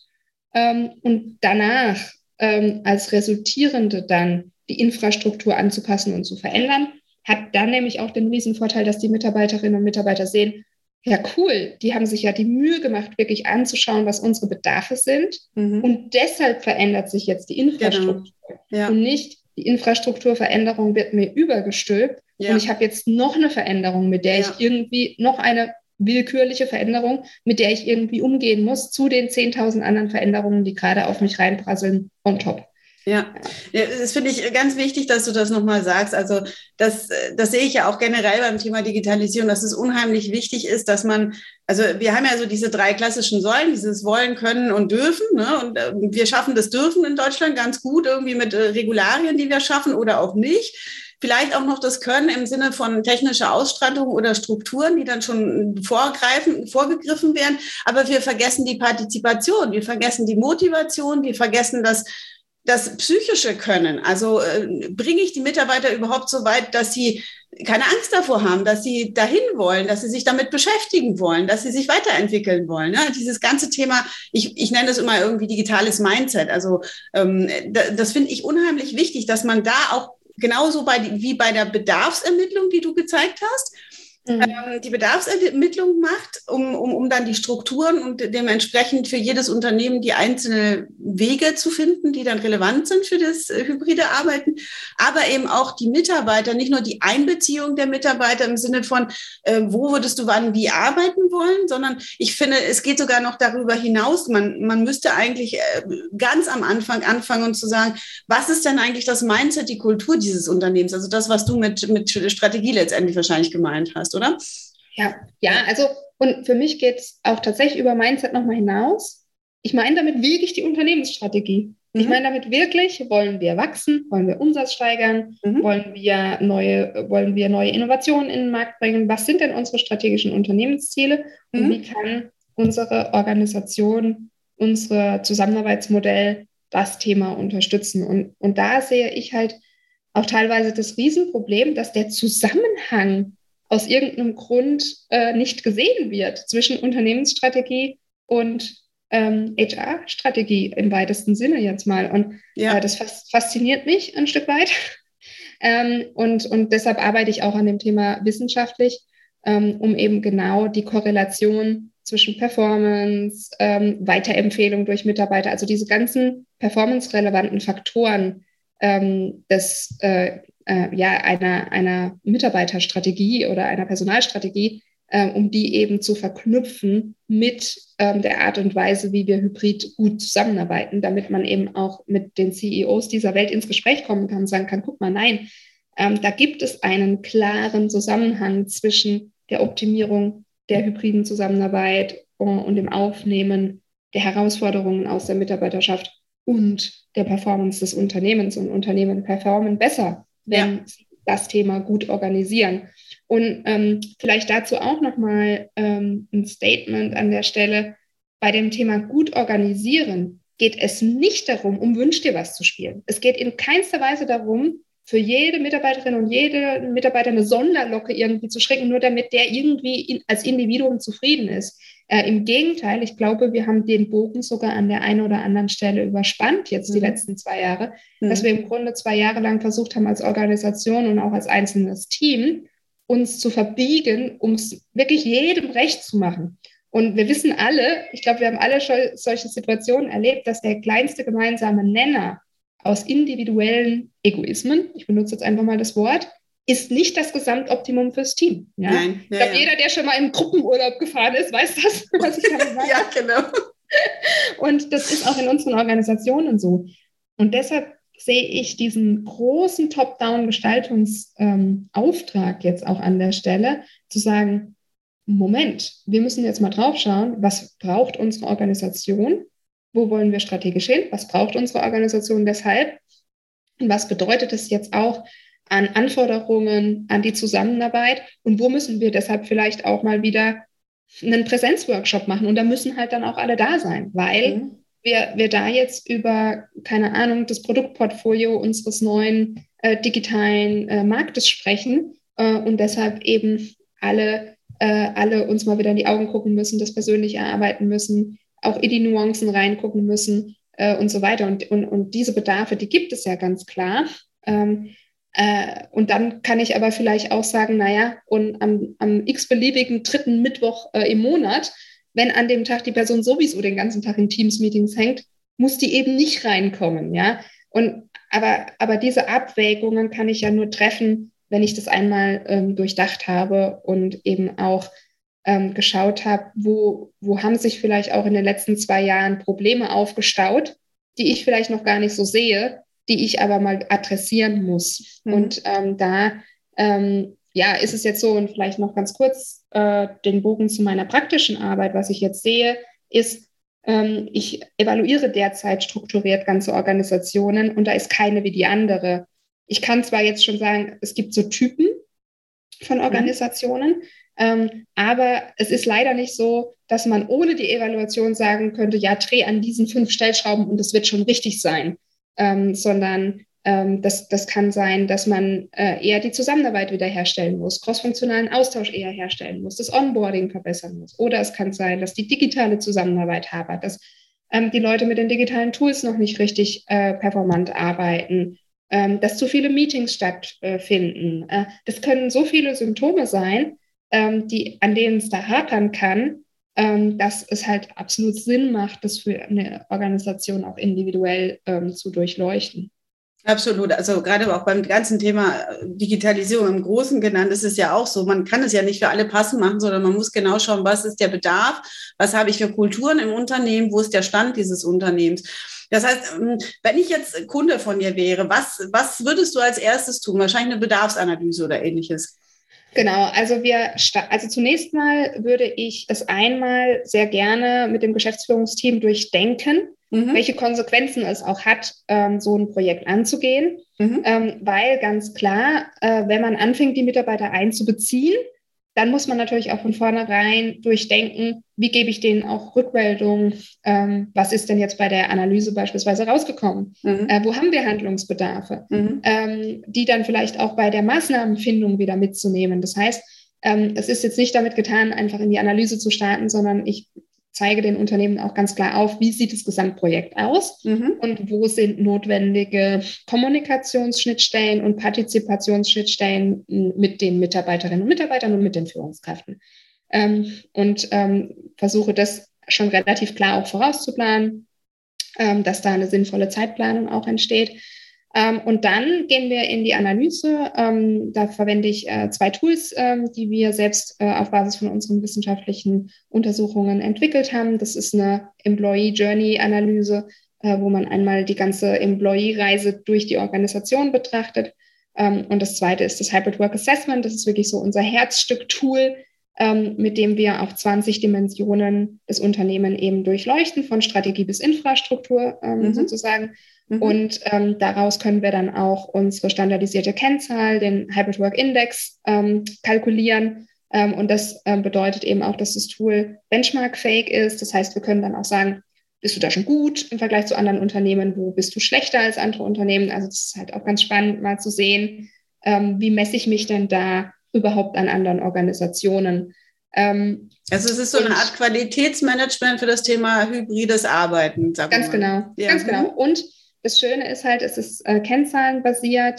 Speaker 2: Und danach als Resultierende dann die Infrastruktur anzupassen und zu verändern, hat dann nämlich auch den Riesenvorteil, dass die Mitarbeiterinnen und Mitarbeiter sehen, ja cool, die haben sich ja die Mühe gemacht, wirklich anzuschauen, was unsere Bedarfe sind. Und deshalb verändert sich jetzt die Infrastruktur. Genau. Ja. Und nicht die Infrastrukturveränderung wird mir übergestülpt und ich habe jetzt noch eine Veränderung, mit der ich irgendwie, noch eine willkürliche Veränderung, mit der ich irgendwie umgehen muss, zu den 10.000 anderen Veränderungen, die gerade auf mich reinprasseln on top.
Speaker 3: Ja, das finde ich ganz wichtig, dass du das nochmal sagst. Also das sehe ich ja auch generell beim Thema Digitalisierung, dass es unheimlich wichtig ist, dass man, also wir haben ja so diese 3 klassischen Säulen, dieses Wollen, Können und Dürfen, ne? Und wir schaffen das Dürfen in Deutschland ganz gut, irgendwie mit Regularien, die wir schaffen oder auch nicht. Vielleicht auch noch das Können im Sinne von technischer Ausstattung oder Strukturen, die dann schon vorgegriffen werden. Aber wir vergessen die Partizipation, wir vergessen die Motivation, wir vergessen das psychische Können. Also bringe ich die Mitarbeiter überhaupt so weit, dass sie keine Angst davor haben, dass sie dahin wollen, dass sie sich damit beschäftigen wollen, dass sie sich weiterentwickeln wollen. Ne? Dieses ganze Thema, ich nenne das immer irgendwie digitales Mindset. Also das finde ich unheimlich wichtig, dass man da auch genauso wie bei der Bedarfsermittlung, die du gezeigt hast, die Bedarfsermittlung macht, um dann die Strukturen und dementsprechend für jedes Unternehmen die einzelnen Wege zu finden, die dann relevant sind für das hybride Arbeiten, aber eben auch die Mitarbeiter, nicht nur die Einbeziehung der Mitarbeiter im Sinne von, wo würdest du wann wie arbeiten wollen, sondern ich finde, es geht sogar noch darüber hinaus. Man müsste eigentlich ganz am Anfang anfangen und zu sagen, was ist denn eigentlich das Mindset, die Kultur dieses Unternehmens? Also das, was du mit Strategie letztendlich wahrscheinlich gemeint hast. Oder?
Speaker 2: Ja, also und für mich geht es auch tatsächlich über Mindset nochmal hinaus. Ich meine damit wirklich die Unternehmensstrategie. Ich meine damit wirklich, wollen wir wachsen, wollen wir Umsatz steigern, wollen wir neue Innovationen in den Markt bringen? Was sind denn unsere strategischen Unternehmensziele und wie kann unsere Organisation, unser Zusammenarbeitsmodell das Thema unterstützen? Und da sehe ich halt auch teilweise das Riesenproblem, dass der Zusammenhang aus irgendeinem Grund nicht gesehen wird zwischen Unternehmensstrategie und HR-Strategie im weitesten Sinne jetzt mal. Und das fasziniert mich ein Stück weit. Und deshalb arbeite ich auch an dem Thema wissenschaftlich, um eben genau die Korrelation zwischen Performance, Weiterempfehlung durch Mitarbeiter, also diese ganzen performance-relevanten Faktoren einer Mitarbeiterstrategie oder einer Personalstrategie, um die eben zu verknüpfen mit der Art und Weise, wie wir hybrid gut zusammenarbeiten, damit man eben auch mit den CEOs dieser Welt ins Gespräch kommen kann und sagen kann, guck mal, nein, da gibt es einen klaren Zusammenhang zwischen der Optimierung der hybriden Zusammenarbeit und dem Aufnehmen der Herausforderungen aus der Mitarbeiterschaft und der Performance des Unternehmens. Und Unternehmen performen besser, wenn sie das Thema gut organisieren. Und vielleicht dazu auch nochmal ein Statement an der Stelle. Bei dem Thema gut organisieren geht es nicht darum, um Wünsch dir was zu spielen. Es geht in keinster Weise darum, für jede Mitarbeiterin und jede Mitarbeiter eine Sonderlocke irgendwie zu schrecken, nur damit der irgendwie als Individuum zufrieden ist. Im Gegenteil, ich glaube, wir haben den Bogen sogar an der einen oder anderen Stelle überspannt, jetzt die letzten 2 Jahre, dass wir im Grunde 2 Jahre lang versucht haben, als Organisation und auch als einzelnes Team, uns zu verbiegen, um es wirklich jedem recht zu machen. Und wir wissen alle, ich glaube, wir haben alle solche Situationen erlebt, dass der kleinste gemeinsame Nenner aus individuellen Egoismen, ich benutze jetzt einfach mal das Wort, ist nicht das Gesamtoptimum fürs Team. Ja? Nein, ich glaube, jeder, der schon mal im Gruppenurlaub gefahren ist, weiß das, was ich damit sage.
Speaker 3: Ja, genau.
Speaker 2: Und das ist auch in unseren Organisationen so. Und deshalb sehe ich diesen großen Top-Down-Gestaltungsauftrag jetzt auch an der Stelle, zu sagen, Moment, wir müssen jetzt mal drauf schauen, was braucht unsere Organisation, wo wollen wir strategisch hin, was braucht unsere Organisation deshalb und was bedeutet es jetzt auch an Anforderungen an die Zusammenarbeit und wo müssen wir deshalb vielleicht auch mal wieder einen Präsenzworkshop machen und da müssen halt dann auch alle da sein, weil wir da jetzt über, keine Ahnung, das Produktportfolio unseres neuen digitalen Marktes sprechen und deshalb eben alle uns mal wieder in die Augen gucken müssen, das persönlich erarbeiten müssen, auch in die Nuancen reingucken müssen und so weiter. Und diese Bedarfe, die gibt es ja ganz klar. Und dann kann ich aber vielleicht auch sagen, naja, und am x-beliebigen 3. Mittwoch im Monat, wenn an dem Tag die Person sowieso den ganzen Tag in Teams-Meetings hängt, muss die eben nicht reinkommen, ja. Aber diese Abwägungen kann ich ja nur treffen, wenn ich das einmal durchdacht habe und eben auch geschaut habe, wo haben sich vielleicht auch in den letzten 2 Jahren Probleme aufgestaut, die ich vielleicht noch gar nicht so sehe, die ich aber mal adressieren muss. Und ja, ist es jetzt so, und vielleicht noch ganz kurz den Bogen zu meiner praktischen Arbeit, was ich jetzt sehe, ist, ich evaluiere derzeit strukturiert ganze Organisationen und da ist keine wie die andere. Ich kann zwar jetzt schon sagen, es gibt so Typen von Organisationen, aber es ist leider nicht so, dass man ohne die Evaluation sagen könnte, ja, dreh an diesen 5 Stellschrauben und es wird schon richtig sein, sondern das kann sein, dass man eher die Zusammenarbeit wiederherstellen muss, crossfunktionalen Austausch eher herstellen muss, das Onboarding verbessern muss. Oder es kann sein, dass die digitale Zusammenarbeit hapert, dass die Leute mit den digitalen Tools noch nicht richtig performant arbeiten, dass zu viele Meetings stattfinden. Das können so viele Symptome sein, an denen es da hapern kann, dass es halt absolut Sinn macht, das für eine Organisation auch individuell zu durchleuchten.
Speaker 3: Absolut. Also gerade auch beim ganzen Thema Digitalisierung im Großen genannt ist es ja auch so. Man kann es ja nicht für alle passend machen, sondern man muss genau schauen, was ist der Bedarf, was habe ich für Kulturen im Unternehmen, wo ist der Stand dieses Unternehmens. Das heißt, wenn ich jetzt Kunde von dir wäre, was würdest du als erstes tun? Wahrscheinlich eine Bedarfsanalyse oder ähnliches.
Speaker 2: Genau, also zunächst mal würde ich es einmal sehr gerne mit dem Geschäftsführungsteam durchdenken, welche Konsequenzen es auch hat, so ein Projekt anzugehen. Weil ganz klar, wenn man anfängt, die Mitarbeiter einzubeziehen, dann muss man natürlich auch von vornherein durchdenken, wie gebe ich denen auch Rückmeldung, was ist denn jetzt bei der Analyse beispielsweise rausgekommen, wo haben wir Handlungsbedarfe, die dann vielleicht auch bei der Maßnahmenfindung wieder mitzunehmen. Das heißt, es ist jetzt nicht damit getan, einfach in die Analyse zu starten, sondern ich zeige den Unternehmen auch ganz klar auf, wie sieht das Gesamtprojekt aus und wo sind notwendige Kommunikationsschnittstellen und Partizipationsschnittstellen mit den Mitarbeiterinnen und Mitarbeitern und mit den Führungskräften. Und versuche das schon relativ klar auch vorauszuplanen, dass da eine sinnvolle Zeitplanung auch entsteht. Und dann gehen wir in die Analyse. Da verwende ich 2 Tools, die wir selbst auf Basis von unseren wissenschaftlichen Untersuchungen entwickelt haben. Das ist eine Employee Journey Analyse, wo man einmal die ganze Employee-Reise durch die Organisation betrachtet. Und das zweite ist das Hybrid Work Assessment. Das ist wirklich so unser Herzstück-Tool, mit dem wir auf 20 Dimensionen des Unternehmens eben durchleuchten, von Strategie bis Infrastruktur sozusagen. Und daraus können wir dann auch unsere standardisierte Kennzahl, den Hybrid Work Index, kalkulieren. Und das bedeutet eben auch, dass das Tool benchmarkfähig ist. Das heißt, wir können dann auch sagen, bist du da schon gut im Vergleich zu anderen Unternehmen? Wo bist du schlechter als andere Unternehmen? Also das ist halt auch ganz spannend, mal zu sehen, wie messe ich mich denn da überhaupt an anderen Organisationen.
Speaker 3: Also es ist so eine Art Qualitätsmanagement für das Thema hybrides Arbeiten.
Speaker 2: Ganz genau, ja. Ganz genau. Und das Schöne ist halt, es ist kennzahlenbasiert.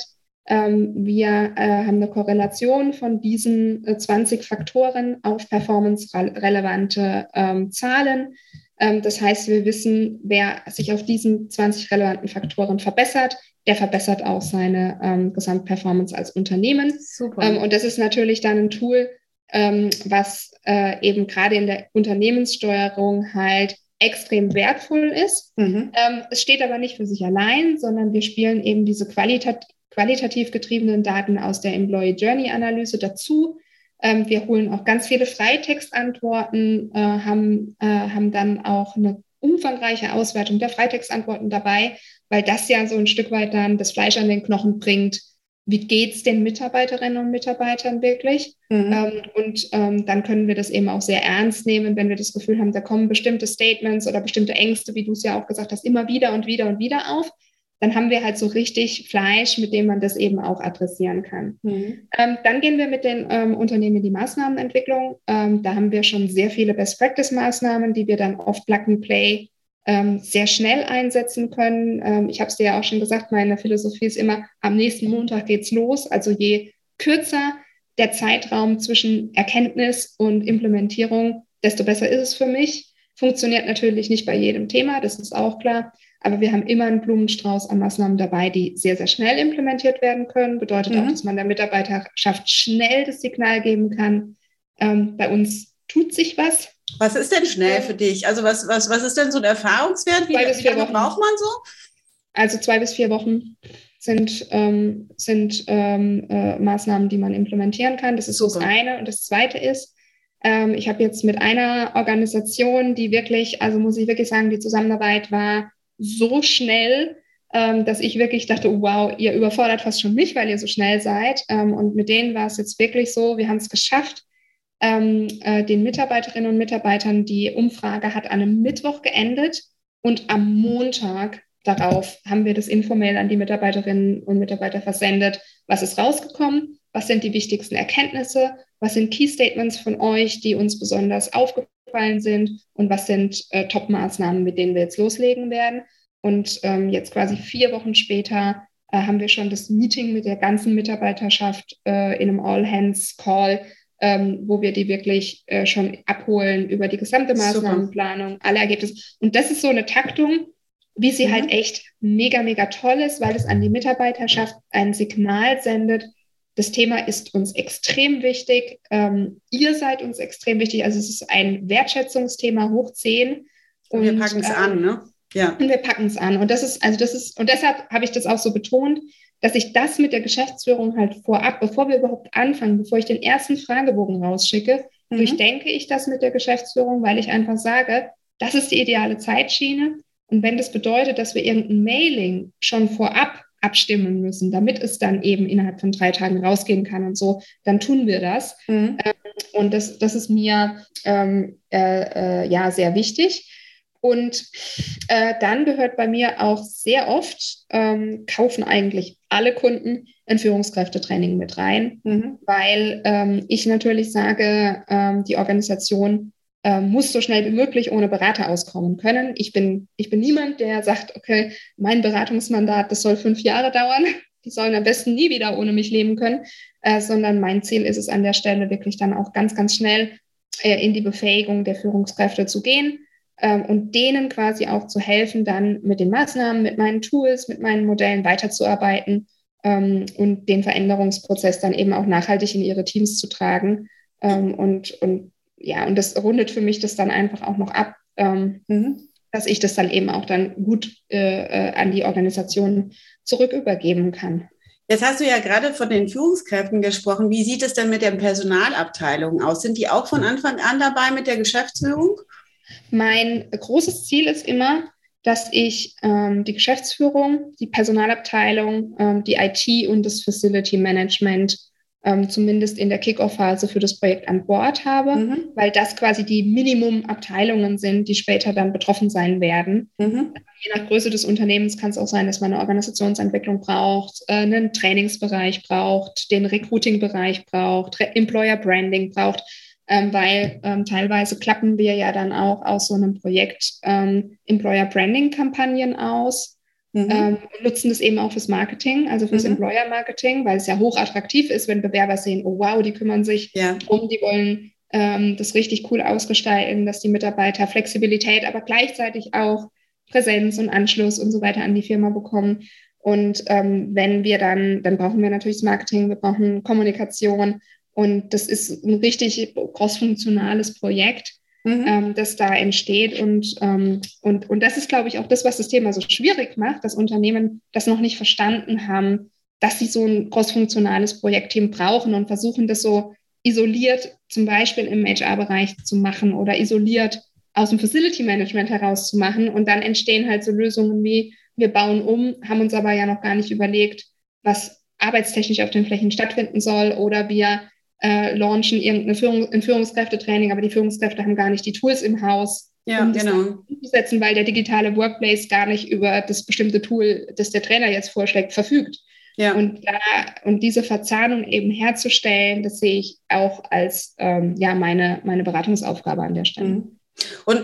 Speaker 2: Wir haben eine Korrelation von diesen 20 Faktoren auf performance-relevante Zahlen. Das heißt, wir wissen, wer sich auf diesen 20 relevanten Faktoren verbessert, der verbessert auch seine Gesamtperformance als Unternehmen. Super. Und das ist natürlich dann ein Tool, was eben gerade in der Unternehmenssteuerung halt extrem wertvoll ist. Es steht aber nicht für sich allein, sondern wir spielen eben diese qualitativ getriebenen Daten aus der Employee Journey Analyse dazu. Wir holen auch ganz viele Freitextantworten, haben dann auch eine umfangreiche Auswertung der Freitextantworten dabei, weil das ja so ein Stück weit dann das Fleisch an den Knochen bringt. Wie geht es den Mitarbeiterinnen und Mitarbeitern wirklich? Dann können wir das eben auch sehr ernst nehmen, wenn wir das Gefühl haben, da kommen bestimmte Statements oder bestimmte Ängste, wie du es ja auch gesagt hast, immer wieder und wieder und wieder auf. Dann haben wir halt so richtig Fleisch, mit dem man das eben auch adressieren kann. Dann gehen wir mit den Unternehmen in die Maßnahmenentwicklung. Da haben wir schon sehr viele Best-Practice-Maßnahmen, die wir dann oft Plug-and-Play sehr schnell einsetzen können. Ich habe es dir ja auch schon gesagt, meine Philosophie ist immer, am nächsten Montag geht's los. Also je kürzer der Zeitraum zwischen Erkenntnis und Implementierung, desto besser ist es für mich. Funktioniert natürlich nicht bei jedem Thema, das ist auch klar. Aber wir haben immer einen Blumenstrauß an Maßnahmen dabei, die sehr, sehr schnell implementiert werden können. Bedeutet auch, dass man der Mitarbeiterschaft schnell das Signal geben kann. Bei uns tut sich was.
Speaker 3: Was ist denn schnell für dich? Also was ist denn so ein Erfahrungswert? Wie lange braucht man so?
Speaker 2: Also 2 bis 4 Wochen sind Maßnahmen, die man implementieren kann. Das ist so das eine. Und das zweite ist, ich habe jetzt mit einer Organisation, die wirklich, also muss ich wirklich sagen, die Zusammenarbeit war so schnell, dass ich wirklich dachte, wow, ihr überfordert fast schon mich, weil ihr so schnell seid. Und mit denen war es jetzt wirklich so, wir haben es geschafft, den Mitarbeiterinnen und Mitarbeitern, die Umfrage hat an einem Mittwoch geendet und am Montag darauf haben wir das informell an die Mitarbeiterinnen und Mitarbeiter versendet. Was ist rausgekommen? Was sind die wichtigsten Erkenntnisse? Was sind Key Statements von euch, die uns besonders aufgefallen sind? Und was sind Top-Maßnahmen, mit denen wir jetzt loslegen werden? Und jetzt quasi 4 Wochen später haben wir schon das Meeting mit der ganzen Mitarbeiterschaft in einem All-Hands-Call, wo wir die wirklich schon abholen über die gesamte Maßnahmenplanung, alle Ergebnisse. Und das ist so eine Taktung, wie sie halt echt mega, mega toll ist, weil es an die Mitarbeiterschaft ein Signal sendet. Das Thema ist uns extrem wichtig. Ihr seid uns extrem wichtig. Also es ist ein Wertschätzungsthema hoch 10.
Speaker 3: Und wir packen es an, ne? Ja.
Speaker 2: Und wir packen es an. Und und deshalb habe ich das auch so betont, dass ich das mit der Geschäftsführung halt vorab, bevor wir überhaupt anfangen, bevor ich den ersten Fragebogen rausschicke, durchdenke ich das mit der Geschäftsführung, weil ich einfach sage, das ist die ideale Zeitschiene. Und wenn das bedeutet, dass wir irgendein Mailing schon vorab abstimmen müssen, damit es dann eben innerhalb von 3 Tagen rausgehen kann und so, dann tun wir das. Und das ist mir sehr wichtig. Und dann gehört bei mir auch sehr oft, kaufen eigentlich alle Kunden ein Führungskräftetraining mit rein, weil ich natürlich sage, die Organisation muss so schnell wie möglich ohne Berater auskommen können. Ich bin niemand, der sagt, okay, mein Beratungsmandat, das soll 5 Jahre dauern. Die sollen am besten nie wieder ohne mich leben können, sondern mein Ziel ist es an der Stelle wirklich dann auch ganz, ganz schnell in die Befähigung der Führungskräfte zu gehen und denen quasi auch zu helfen, dann mit den Maßnahmen, mit meinen Tools, mit meinen Modellen weiterzuarbeiten und den Veränderungsprozess dann eben auch nachhaltig in ihre Teams zu tragen. Und das rundet für mich das dann einfach auch noch ab, dass ich das dann eben auch dann gut an die Organisation zurück übergeben kann.
Speaker 3: Jetzt hast du ja gerade von den Führungskräften gesprochen. Wie sieht es denn mit der Personalabteilung aus? Sind die auch von Anfang an dabei mit der Geschäftsführung?
Speaker 2: Mein großes Ziel ist immer, dass ich die Geschäftsführung, die Personalabteilung, die IT und das Facility Management zumindest in der Kick-Off-Phase für das Projekt an Bord habe, weil das quasi die Minimum-Abteilungen sind, die später dann betroffen sein werden. Je nach Größe des Unternehmens kann es auch sein, dass man eine Organisationsentwicklung braucht, einen Trainingsbereich braucht, den Recruiting-Bereich braucht, Employer-Branding braucht, weil teilweise klappen wir ja dann auch aus so einem Projekt Employer-Branding-Kampagnen aus. Nutzen das eben auch fürs Marketing, also fürs Employer-Marketing, weil es ja hochattraktiv ist, wenn Bewerber sehen, oh wow, die kümmern sich um, die wollen das richtig cool ausgestalten, dass die Mitarbeiter Flexibilität, aber gleichzeitig auch Präsenz und Anschluss und so weiter an die Firma bekommen. Und wenn wir dann brauchen wir natürlich das Marketing, wir brauchen Kommunikation und das ist ein richtig cross-funktionales Projekt. das da entsteht. Und das ist, glaube ich, auch das, was das Thema so schwierig macht, dass Unternehmen das noch nicht verstanden haben, dass sie so ein crossfunktionales Projektteam brauchen und versuchen, das so isoliert zum Beispiel im HR-Bereich zu machen oder isoliert aus dem Facility Management heraus zu machen. Und dann entstehen halt so Lösungen wie, wir bauen haben uns aber ja noch gar nicht überlegt, was arbeitstechnisch auf den Flächen stattfinden soll, oder wir launchen irgendein Führungskräftetraining, aber die Führungskräfte haben gar nicht die Tools im Haus, um das umzusetzen, weil der digitale Workplace gar nicht über das bestimmte Tool, das der Trainer jetzt vorschlägt, verfügt. Ja. Und diese Verzahnung eben herzustellen, das sehe ich auch als meine Beratungsaufgabe an der Stelle.
Speaker 3: Mhm. Und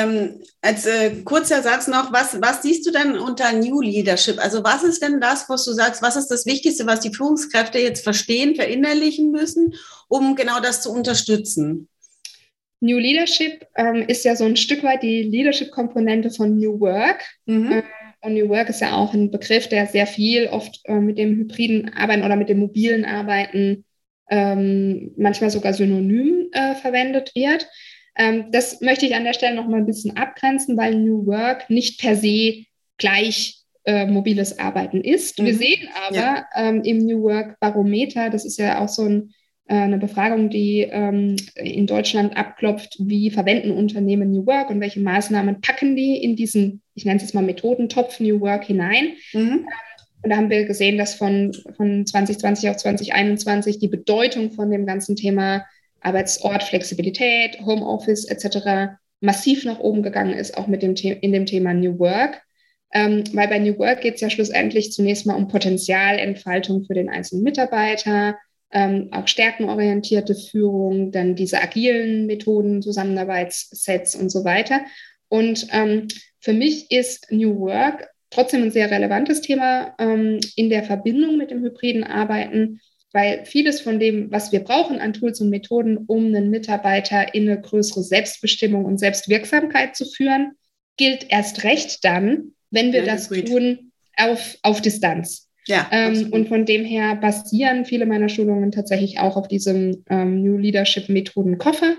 Speaker 3: als kurzer Satz noch, was siehst du denn unter New Leadership? Also was ist denn das, was du sagst, was ist das Wichtigste, was die Führungskräfte jetzt verstehen, verinnerlichen müssen, um genau das zu unterstützen?
Speaker 2: New Leadership ist ja so ein Stück weit die Leadership-Komponente von New Work. Und New Work ist ja auch ein Begriff, der sehr viel oft mit dem hybriden Arbeiten oder mit dem mobilen Arbeiten manchmal sogar synonym verwendet wird. Das möchte ich an der Stelle noch mal ein bisschen abgrenzen, weil New Work nicht per se gleich mobiles Arbeiten ist. Wir sehen aber im New Work Barometer, das ist ja auch so eine Befragung, die in Deutschland abklopft, wie verwenden Unternehmen New Work und welche Maßnahmen packen die in diesen, ich nenne es jetzt mal Methodentopf New Work hinein. Und da haben wir gesehen, dass von 2020 auf 2021 die Bedeutung von dem ganzen Thema Arbeitsort, Flexibilität, Homeoffice etc. massiv nach oben gegangen ist, auch in dem Thema New Work. Weil bei New Work geht es ja schlussendlich zunächst mal um Potenzialentfaltung für den einzelnen Mitarbeiter, auch stärkenorientierte Führung, dann diese agilen Methoden, Zusammenarbeitssets und so weiter. Und für mich ist New Work trotzdem ein sehr relevantes Thema in der Verbindung mit dem hybriden Arbeiten, weil vieles von dem, was wir brauchen an Tools und Methoden, um einen Mitarbeiter in eine größere Selbstbestimmung und Selbstwirksamkeit zu führen, gilt erst recht dann, wenn wir das tun auf Distanz. Ja, und von dem her basieren viele meiner Schulungen tatsächlich auch auf diesem New Leadership Methoden Koffer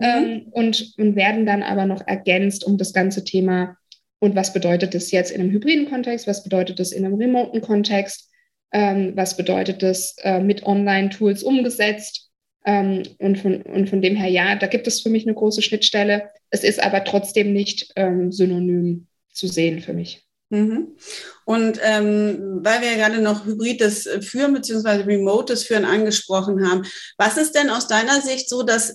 Speaker 2: und werden dann aber noch ergänzt um das ganze Thema, und was bedeutet das jetzt in einem hybriden Kontext, was bedeutet das in einem remoten Kontext, was bedeutet das mit Online-Tools umgesetzt, und von dem her, ja, da gibt es für mich eine große Schnittstelle. Es ist aber trotzdem nicht synonym zu sehen für mich.
Speaker 3: Und weil wir ja gerade noch hybrides Führen bzw. remotes Führen angesprochen haben, was ist denn aus deiner Sicht so, dass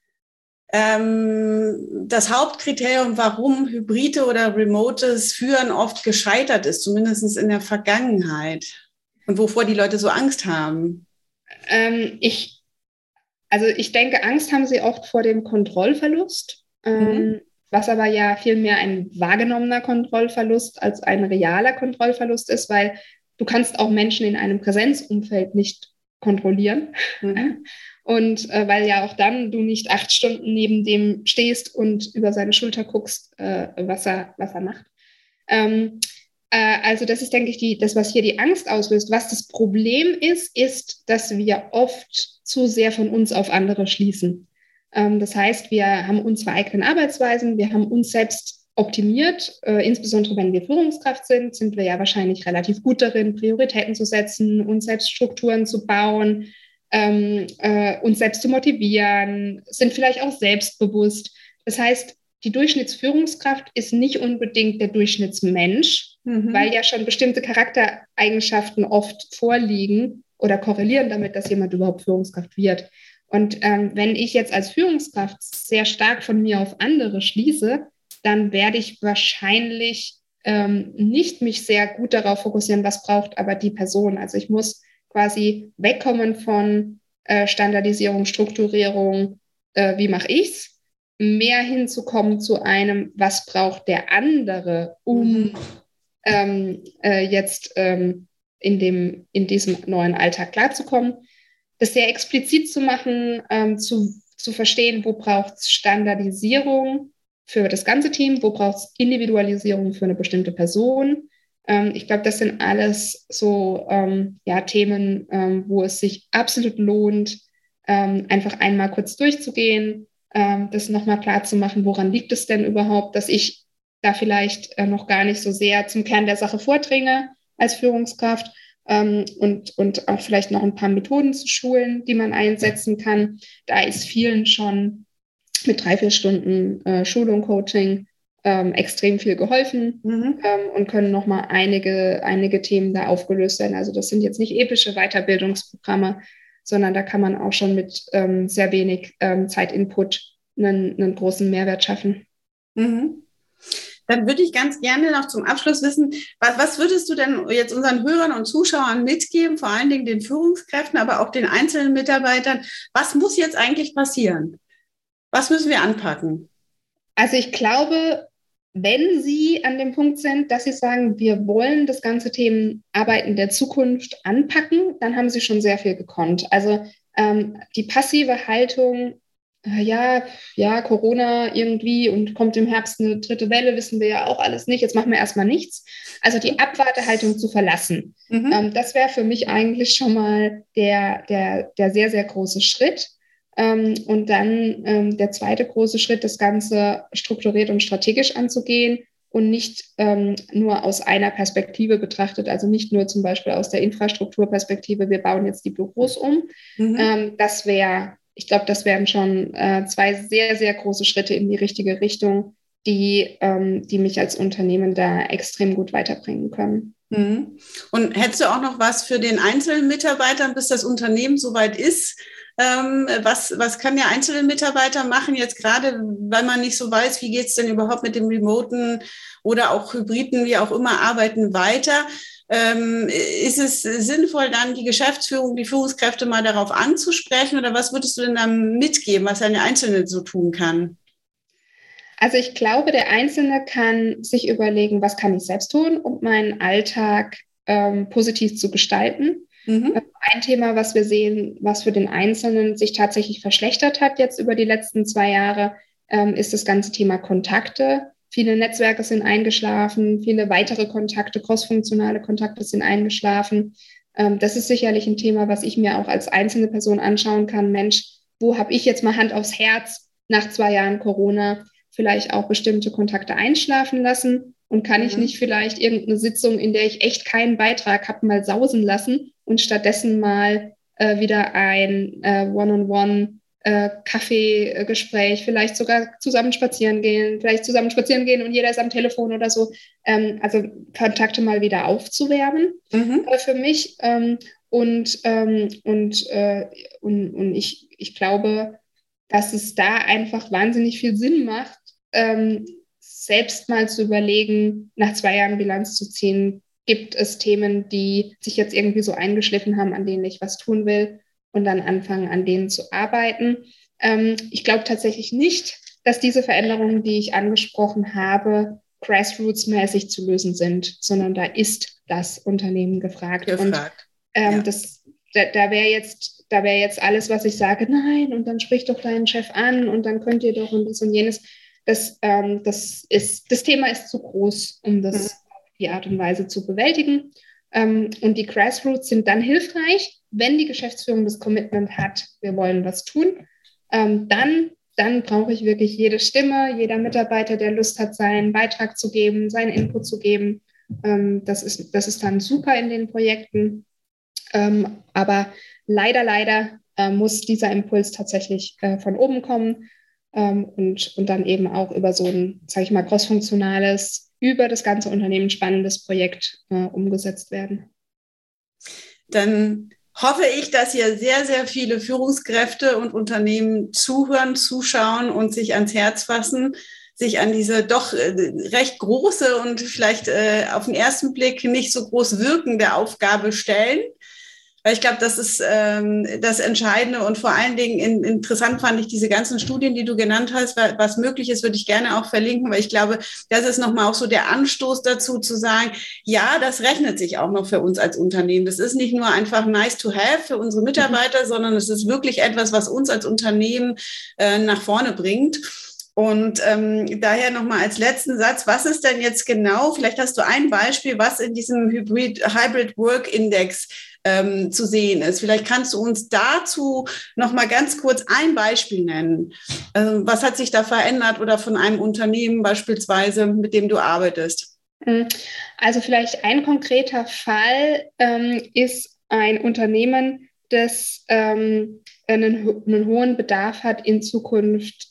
Speaker 3: das Hauptkriterium, warum hybride oder remotes Führen oft gescheitert ist, zumindest in der Vergangenheit, und wovor die Leute so Angst haben?
Speaker 2: Ich denke, Angst haben sie oft vor dem Kontrollverlust. Was aber ja viel mehr ein wahrgenommener Kontrollverlust als ein realer Kontrollverlust ist, weil du kannst auch Menschen in einem Präsenzumfeld nicht kontrollieren. Und weil ja auch dann du nicht 8 Stunden neben dem stehst und über seine Schulter guckst, was er macht. Also das ist, denke ich, das, was hier die Angst auslöst. Was das Problem ist, dass wir oft zu sehr von uns auf andere schließen. Das heißt, wir haben unsere eigenen Arbeitsweisen, wir haben uns selbst optimiert. Insbesondere wenn wir Führungskraft sind wir ja wahrscheinlich relativ gut darin, Prioritäten zu setzen, uns selbst Strukturen zu bauen, uns selbst zu motivieren, sind vielleicht auch selbstbewusst. Das heißt, die Durchschnittsführungskraft ist nicht unbedingt der Durchschnittsmensch, weil ja schon bestimmte Charaktereigenschaften oft vorliegen oder korrelieren damit, dass jemand überhaupt Führungskraft wird. Und wenn ich jetzt als Führungskraft sehr stark von mir auf andere schließe, dann werde ich wahrscheinlich nicht mich sehr gut darauf fokussieren, was braucht aber die Person. Also ich muss quasi wegkommen von Standardisierung, Strukturierung, wie mache ich's, mehr hinzukommen zu einem, was braucht der andere, um jetzt in diesem neuen Alltag klarzukommen. Das sehr explizit zu machen, zu verstehen, wo braucht es Standardisierung für das ganze Team, wo braucht es Individualisierung für eine bestimmte Person. Ich glaube, das sind alles so Themen, wo es sich absolut lohnt, einfach einmal kurz durchzugehen, das nochmal klar zu machen, woran liegt es denn überhaupt, dass ich da vielleicht noch gar nicht so sehr zum Kern der Sache vordringe als Führungskraft, und auch vielleicht noch ein paar Methoden zu schulen, die man einsetzen kann. Da ist vielen schon mit 3-4 Stunden Schulung, Coaching extrem viel geholfen, und können nochmal einige Themen da aufgelöst werden. Also das sind jetzt nicht epische Weiterbildungsprogramme, sondern da kann man auch schon mit sehr wenig Zeitinput einen großen Mehrwert schaffen.
Speaker 3: Mhm. Dann würde ich ganz gerne noch zum Abschluss wissen, was würdest du denn jetzt unseren Hörern und Zuschauern mitgeben, vor allen Dingen den Führungskräften, aber auch den einzelnen Mitarbeitern? Was muss jetzt eigentlich passieren? Was müssen wir anpacken?
Speaker 2: Also ich glaube, wenn Sie an dem Punkt sind, dass Sie sagen, wir wollen das ganze Thema Arbeiten der Zukunft anpacken, dann haben Sie schon sehr viel gekonnt. Also die passive Haltung, ja, Corona irgendwie und kommt im Herbst eine dritte Welle, wissen wir ja auch alles nicht. Jetzt machen wir erstmal nichts. Also die Abwartehaltung zu verlassen. Das wäre für mich eigentlich schon mal der sehr, sehr große Schritt. Und dann der zweite große Schritt, das Ganze strukturiert und strategisch anzugehen und nicht nur aus einer Perspektive betrachtet, also nicht nur zum Beispiel aus der Infrastrukturperspektive, wir bauen jetzt die Büros um. Ich glaube, das wären schon 2 sehr, sehr große Schritte in die richtige Richtung, die mich als Unternehmen da extrem gut weiterbringen können.
Speaker 3: Und hättest du auch noch was für den einzelnen Mitarbeitern, bis das Unternehmen soweit ist? Was kann der einzelne Mitarbeiter machen, jetzt gerade, weil man nicht so weiß, wie geht es denn überhaupt mit dem Remoten oder auch Hybriden, wie auch immer, Arbeiten weiter? Ist es sinnvoll, dann die Geschäftsführung, die Führungskräfte mal darauf anzusprechen, oder was würdest du denn dann mitgeben, was eine Einzelne so tun kann?
Speaker 2: Also ich glaube, der Einzelne kann sich überlegen, was kann ich selbst tun, um meinen Alltag positiv zu gestalten. Ein Thema, was wir sehen, was für den Einzelnen sich tatsächlich verschlechtert hat jetzt über die letzten 2 Jahre, ist das ganze Thema Kontakte. Viele Netzwerke sind eingeschlafen, viele weitere Kontakte, crossfunktionale Kontakte sind eingeschlafen. Das ist sicherlich ein Thema, was ich mir auch als einzelne Person anschauen kann. Mensch, wo habe ich jetzt mal Hand aufs Herz nach 2 Jahren Corona vielleicht auch bestimmte Kontakte einschlafen lassen? Und kann ich nicht vielleicht irgendeine Sitzung, in der ich echt keinen Beitrag habe, mal sausen lassen und stattdessen mal wieder ein One-on-One-Kaffeegespräch, vielleicht sogar zusammen spazieren gehen und jeder ist am Telefon oder so. Also Kontakte mal wieder aufzuwärmen für mich. Ich glaube, dass es da einfach wahnsinnig viel Sinn macht, selbst mal zu überlegen, nach 2 Jahren Bilanz zu ziehen, gibt es Themen, die sich jetzt irgendwie so eingeschliffen haben, an denen ich was tun will, und dann anfangen, an denen zu arbeiten. Ich glaube tatsächlich nicht, dass diese Veränderungen, die ich angesprochen habe, grassroots-mäßig zu lösen sind, sondern da ist das Unternehmen gefragt. Und da wäre jetzt alles, was ich sage, nein, und dann sprich doch deinen Chef an und dann könnt ihr doch und dies und jenes. Das Thema ist zu groß, um das auf die Art und Weise zu bewältigen. Und die Grassroots sind dann hilfreich, wenn die Geschäftsführung das Commitment hat, wir wollen was tun. Dann brauche ich wirklich jede Stimme, jeder Mitarbeiter, der Lust hat, seinen Beitrag zu geben, seinen Input zu geben. Das ist dann super in den Projekten. Aber leider muss dieser Impuls tatsächlich von oben kommen. Und dann eben auch über so ein, sage ich mal, crossfunktionales, über das ganze Unternehmen spannendes Projekt umgesetzt werden.
Speaker 3: Dann hoffe ich, dass hier sehr, sehr viele Führungskräfte und Unternehmen zuhören, zuschauen und sich ans Herz fassen, sich an diese doch recht große und vielleicht auf den ersten Blick nicht so groß wirkende Aufgabe stellen. Weil ich glaube, das ist das Entscheidende, und vor allen Dingen interessant fand ich diese ganzen Studien, die du genannt hast, was möglich ist, würde ich gerne auch verlinken, weil ich glaube, das ist nochmal auch so der Anstoß dazu zu sagen, ja, das rechnet sich auch noch für uns als Unternehmen. Das ist nicht nur einfach nice to have für unsere Mitarbeiter, sondern es ist wirklich etwas, was uns als Unternehmen nach vorne bringt. Und daher nochmal als letzten Satz, was ist denn jetzt genau, vielleicht hast du ein Beispiel, was in diesem Hybrid Work Index zu sehen ist. Vielleicht kannst du uns dazu nochmal ganz kurz ein Beispiel nennen. Was hat sich da verändert oder von einem Unternehmen beispielsweise, mit dem du arbeitest?
Speaker 2: Also vielleicht ein konkreter Fall ist ein Unternehmen, das einen hohen Bedarf hat, in Zukunft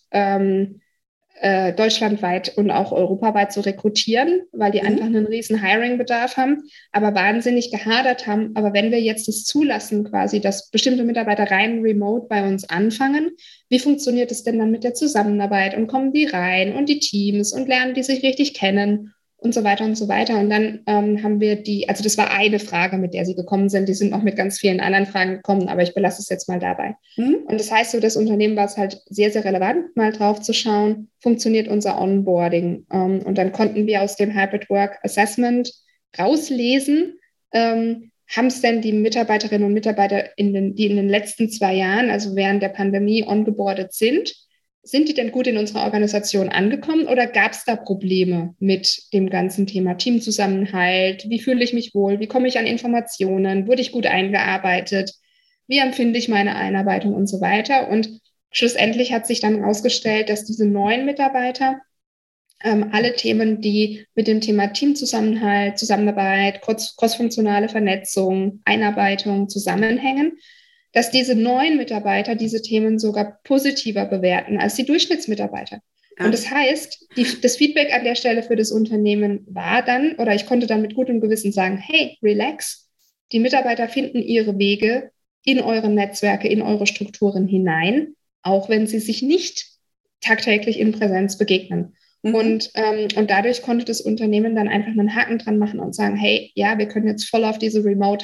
Speaker 2: deutschlandweit und auch europaweit zu rekrutieren, weil die einfach einen riesen Hiring-Bedarf haben, aber wahnsinnig gehadert haben. Aber wenn wir jetzt das zulassen, quasi, dass bestimmte Mitarbeiter rein remote bei uns anfangen, wie funktioniert es denn dann mit der Zusammenarbeit? Und kommen die rein und die Teams und lernen die sich richtig kennen? Und so weiter und so weiter. Und dann haben wir also das war eine Frage, mit der sie gekommen sind. Die sind noch mit ganz vielen anderen Fragen gekommen, aber ich belasse es jetzt mal dabei. Und das heißt, so das Unternehmen war es halt sehr, sehr relevant, mal drauf zu schauen, funktioniert unser Onboarding? Und dann konnten wir aus dem Hybrid Work Assessment rauslesen, haben es denn die Mitarbeiterinnen und Mitarbeiter, die in den letzten 2 Jahren, also während der Pandemie, ongeboardet sind die denn gut in unserer Organisation angekommen oder gab es da Probleme mit dem ganzen Thema Teamzusammenhalt? Wie fühle ich mich wohl? Wie komme ich an Informationen? Wurde ich gut eingearbeitet? Wie empfinde ich meine Einarbeitung und so weiter? Und schlussendlich hat sich dann herausgestellt, dass diese neuen Mitarbeiter alle Themen, die mit dem Thema Teamzusammenhalt, Zusammenarbeit, crossfunktionale Vernetzung, Einarbeitung zusammenhängen, dass diese neuen Mitarbeiter diese Themen sogar positiver bewerten als die Durchschnittsmitarbeiter. Ja. Und das heißt, das Feedback an der Stelle für das Unternehmen war dann, oder ich konnte dann mit gutem Gewissen sagen, hey, relax, die Mitarbeiter finden ihre Wege in eure Netzwerke, in eure Strukturen hinein, auch wenn sie sich nicht tagtäglich in Präsenz begegnen. Und dadurch konnte das Unternehmen dann einfach einen Haken dran machen und sagen, hey, ja, wir können jetzt voll auf diese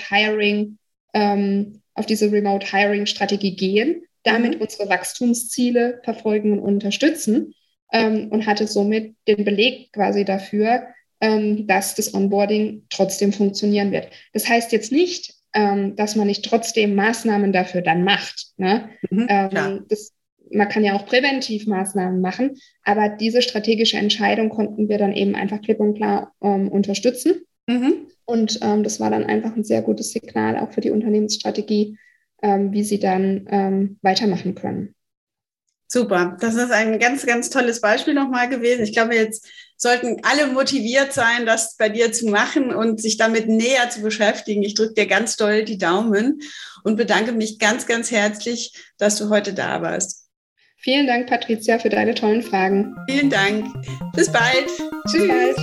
Speaker 2: Remote-Hiring-Strategie gehen, damit unsere Wachstumsziele verfolgen und unterstützen und hatte somit den Beleg quasi dafür, dass das Onboarding trotzdem funktionieren wird. Das heißt jetzt nicht, dass man nicht trotzdem Maßnahmen dafür dann macht. Ne? Man kann ja auch präventiv Maßnahmen machen, aber diese strategische Entscheidung konnten wir dann eben einfach klipp und klar unterstützen. Und das war dann einfach ein sehr gutes Signal auch für die Unternehmensstrategie, wie sie dann weitermachen können.
Speaker 3: Super, das ist ein ganz, ganz tolles Beispiel nochmal gewesen. Ich glaube, jetzt sollten alle motiviert sein, das bei dir zu machen und sich damit näher zu beschäftigen. Ich drücke dir ganz doll die Daumen und bedanke mich ganz, ganz herzlich, dass du heute da warst.
Speaker 2: Vielen Dank, Patricia, für deine tollen Fragen.
Speaker 3: Vielen Dank. Bis bald.
Speaker 2: Tschüss. Bis bald.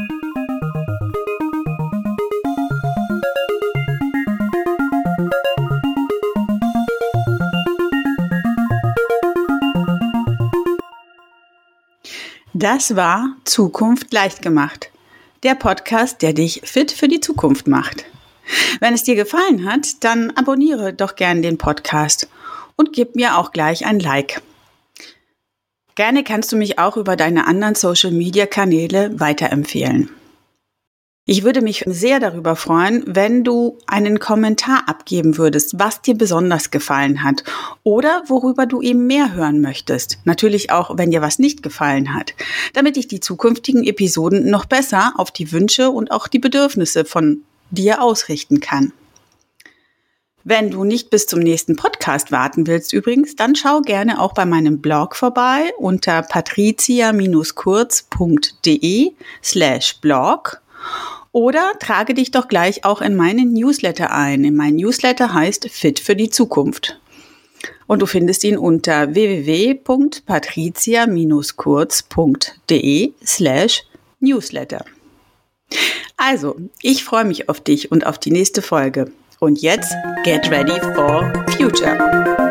Speaker 1: Das war Zukunft leicht gemacht. Der Podcast, der dich fit für die Zukunft macht. Wenn es dir gefallen hat, dann abonniere doch gern den Podcast und gib mir auch gleich ein Like. Gerne kannst du mich auch über deine anderen Social-Media-Kanäle weiterempfehlen. Ich würde mich sehr darüber freuen, wenn du einen Kommentar abgeben würdest, was dir besonders gefallen hat oder worüber du eben mehr hören möchtest. Natürlich auch, wenn dir was nicht gefallen hat, damit ich die zukünftigen Episoden noch besser auf die Wünsche und auch die Bedürfnisse von dir ausrichten kann. Wenn du nicht bis zum nächsten Podcast warten willst übrigens, dann schau gerne auch bei meinem Blog vorbei unter patricia-kurz.de/blog oder trage dich doch gleich auch in meinen Newsletter ein. Mein Newsletter heißt Fit für die Zukunft. Und du findest ihn unter www.patricia-kurz.de/newsletter. Also, ich freue mich auf dich und auf die nächste Folge. Und jetzt, get ready for future.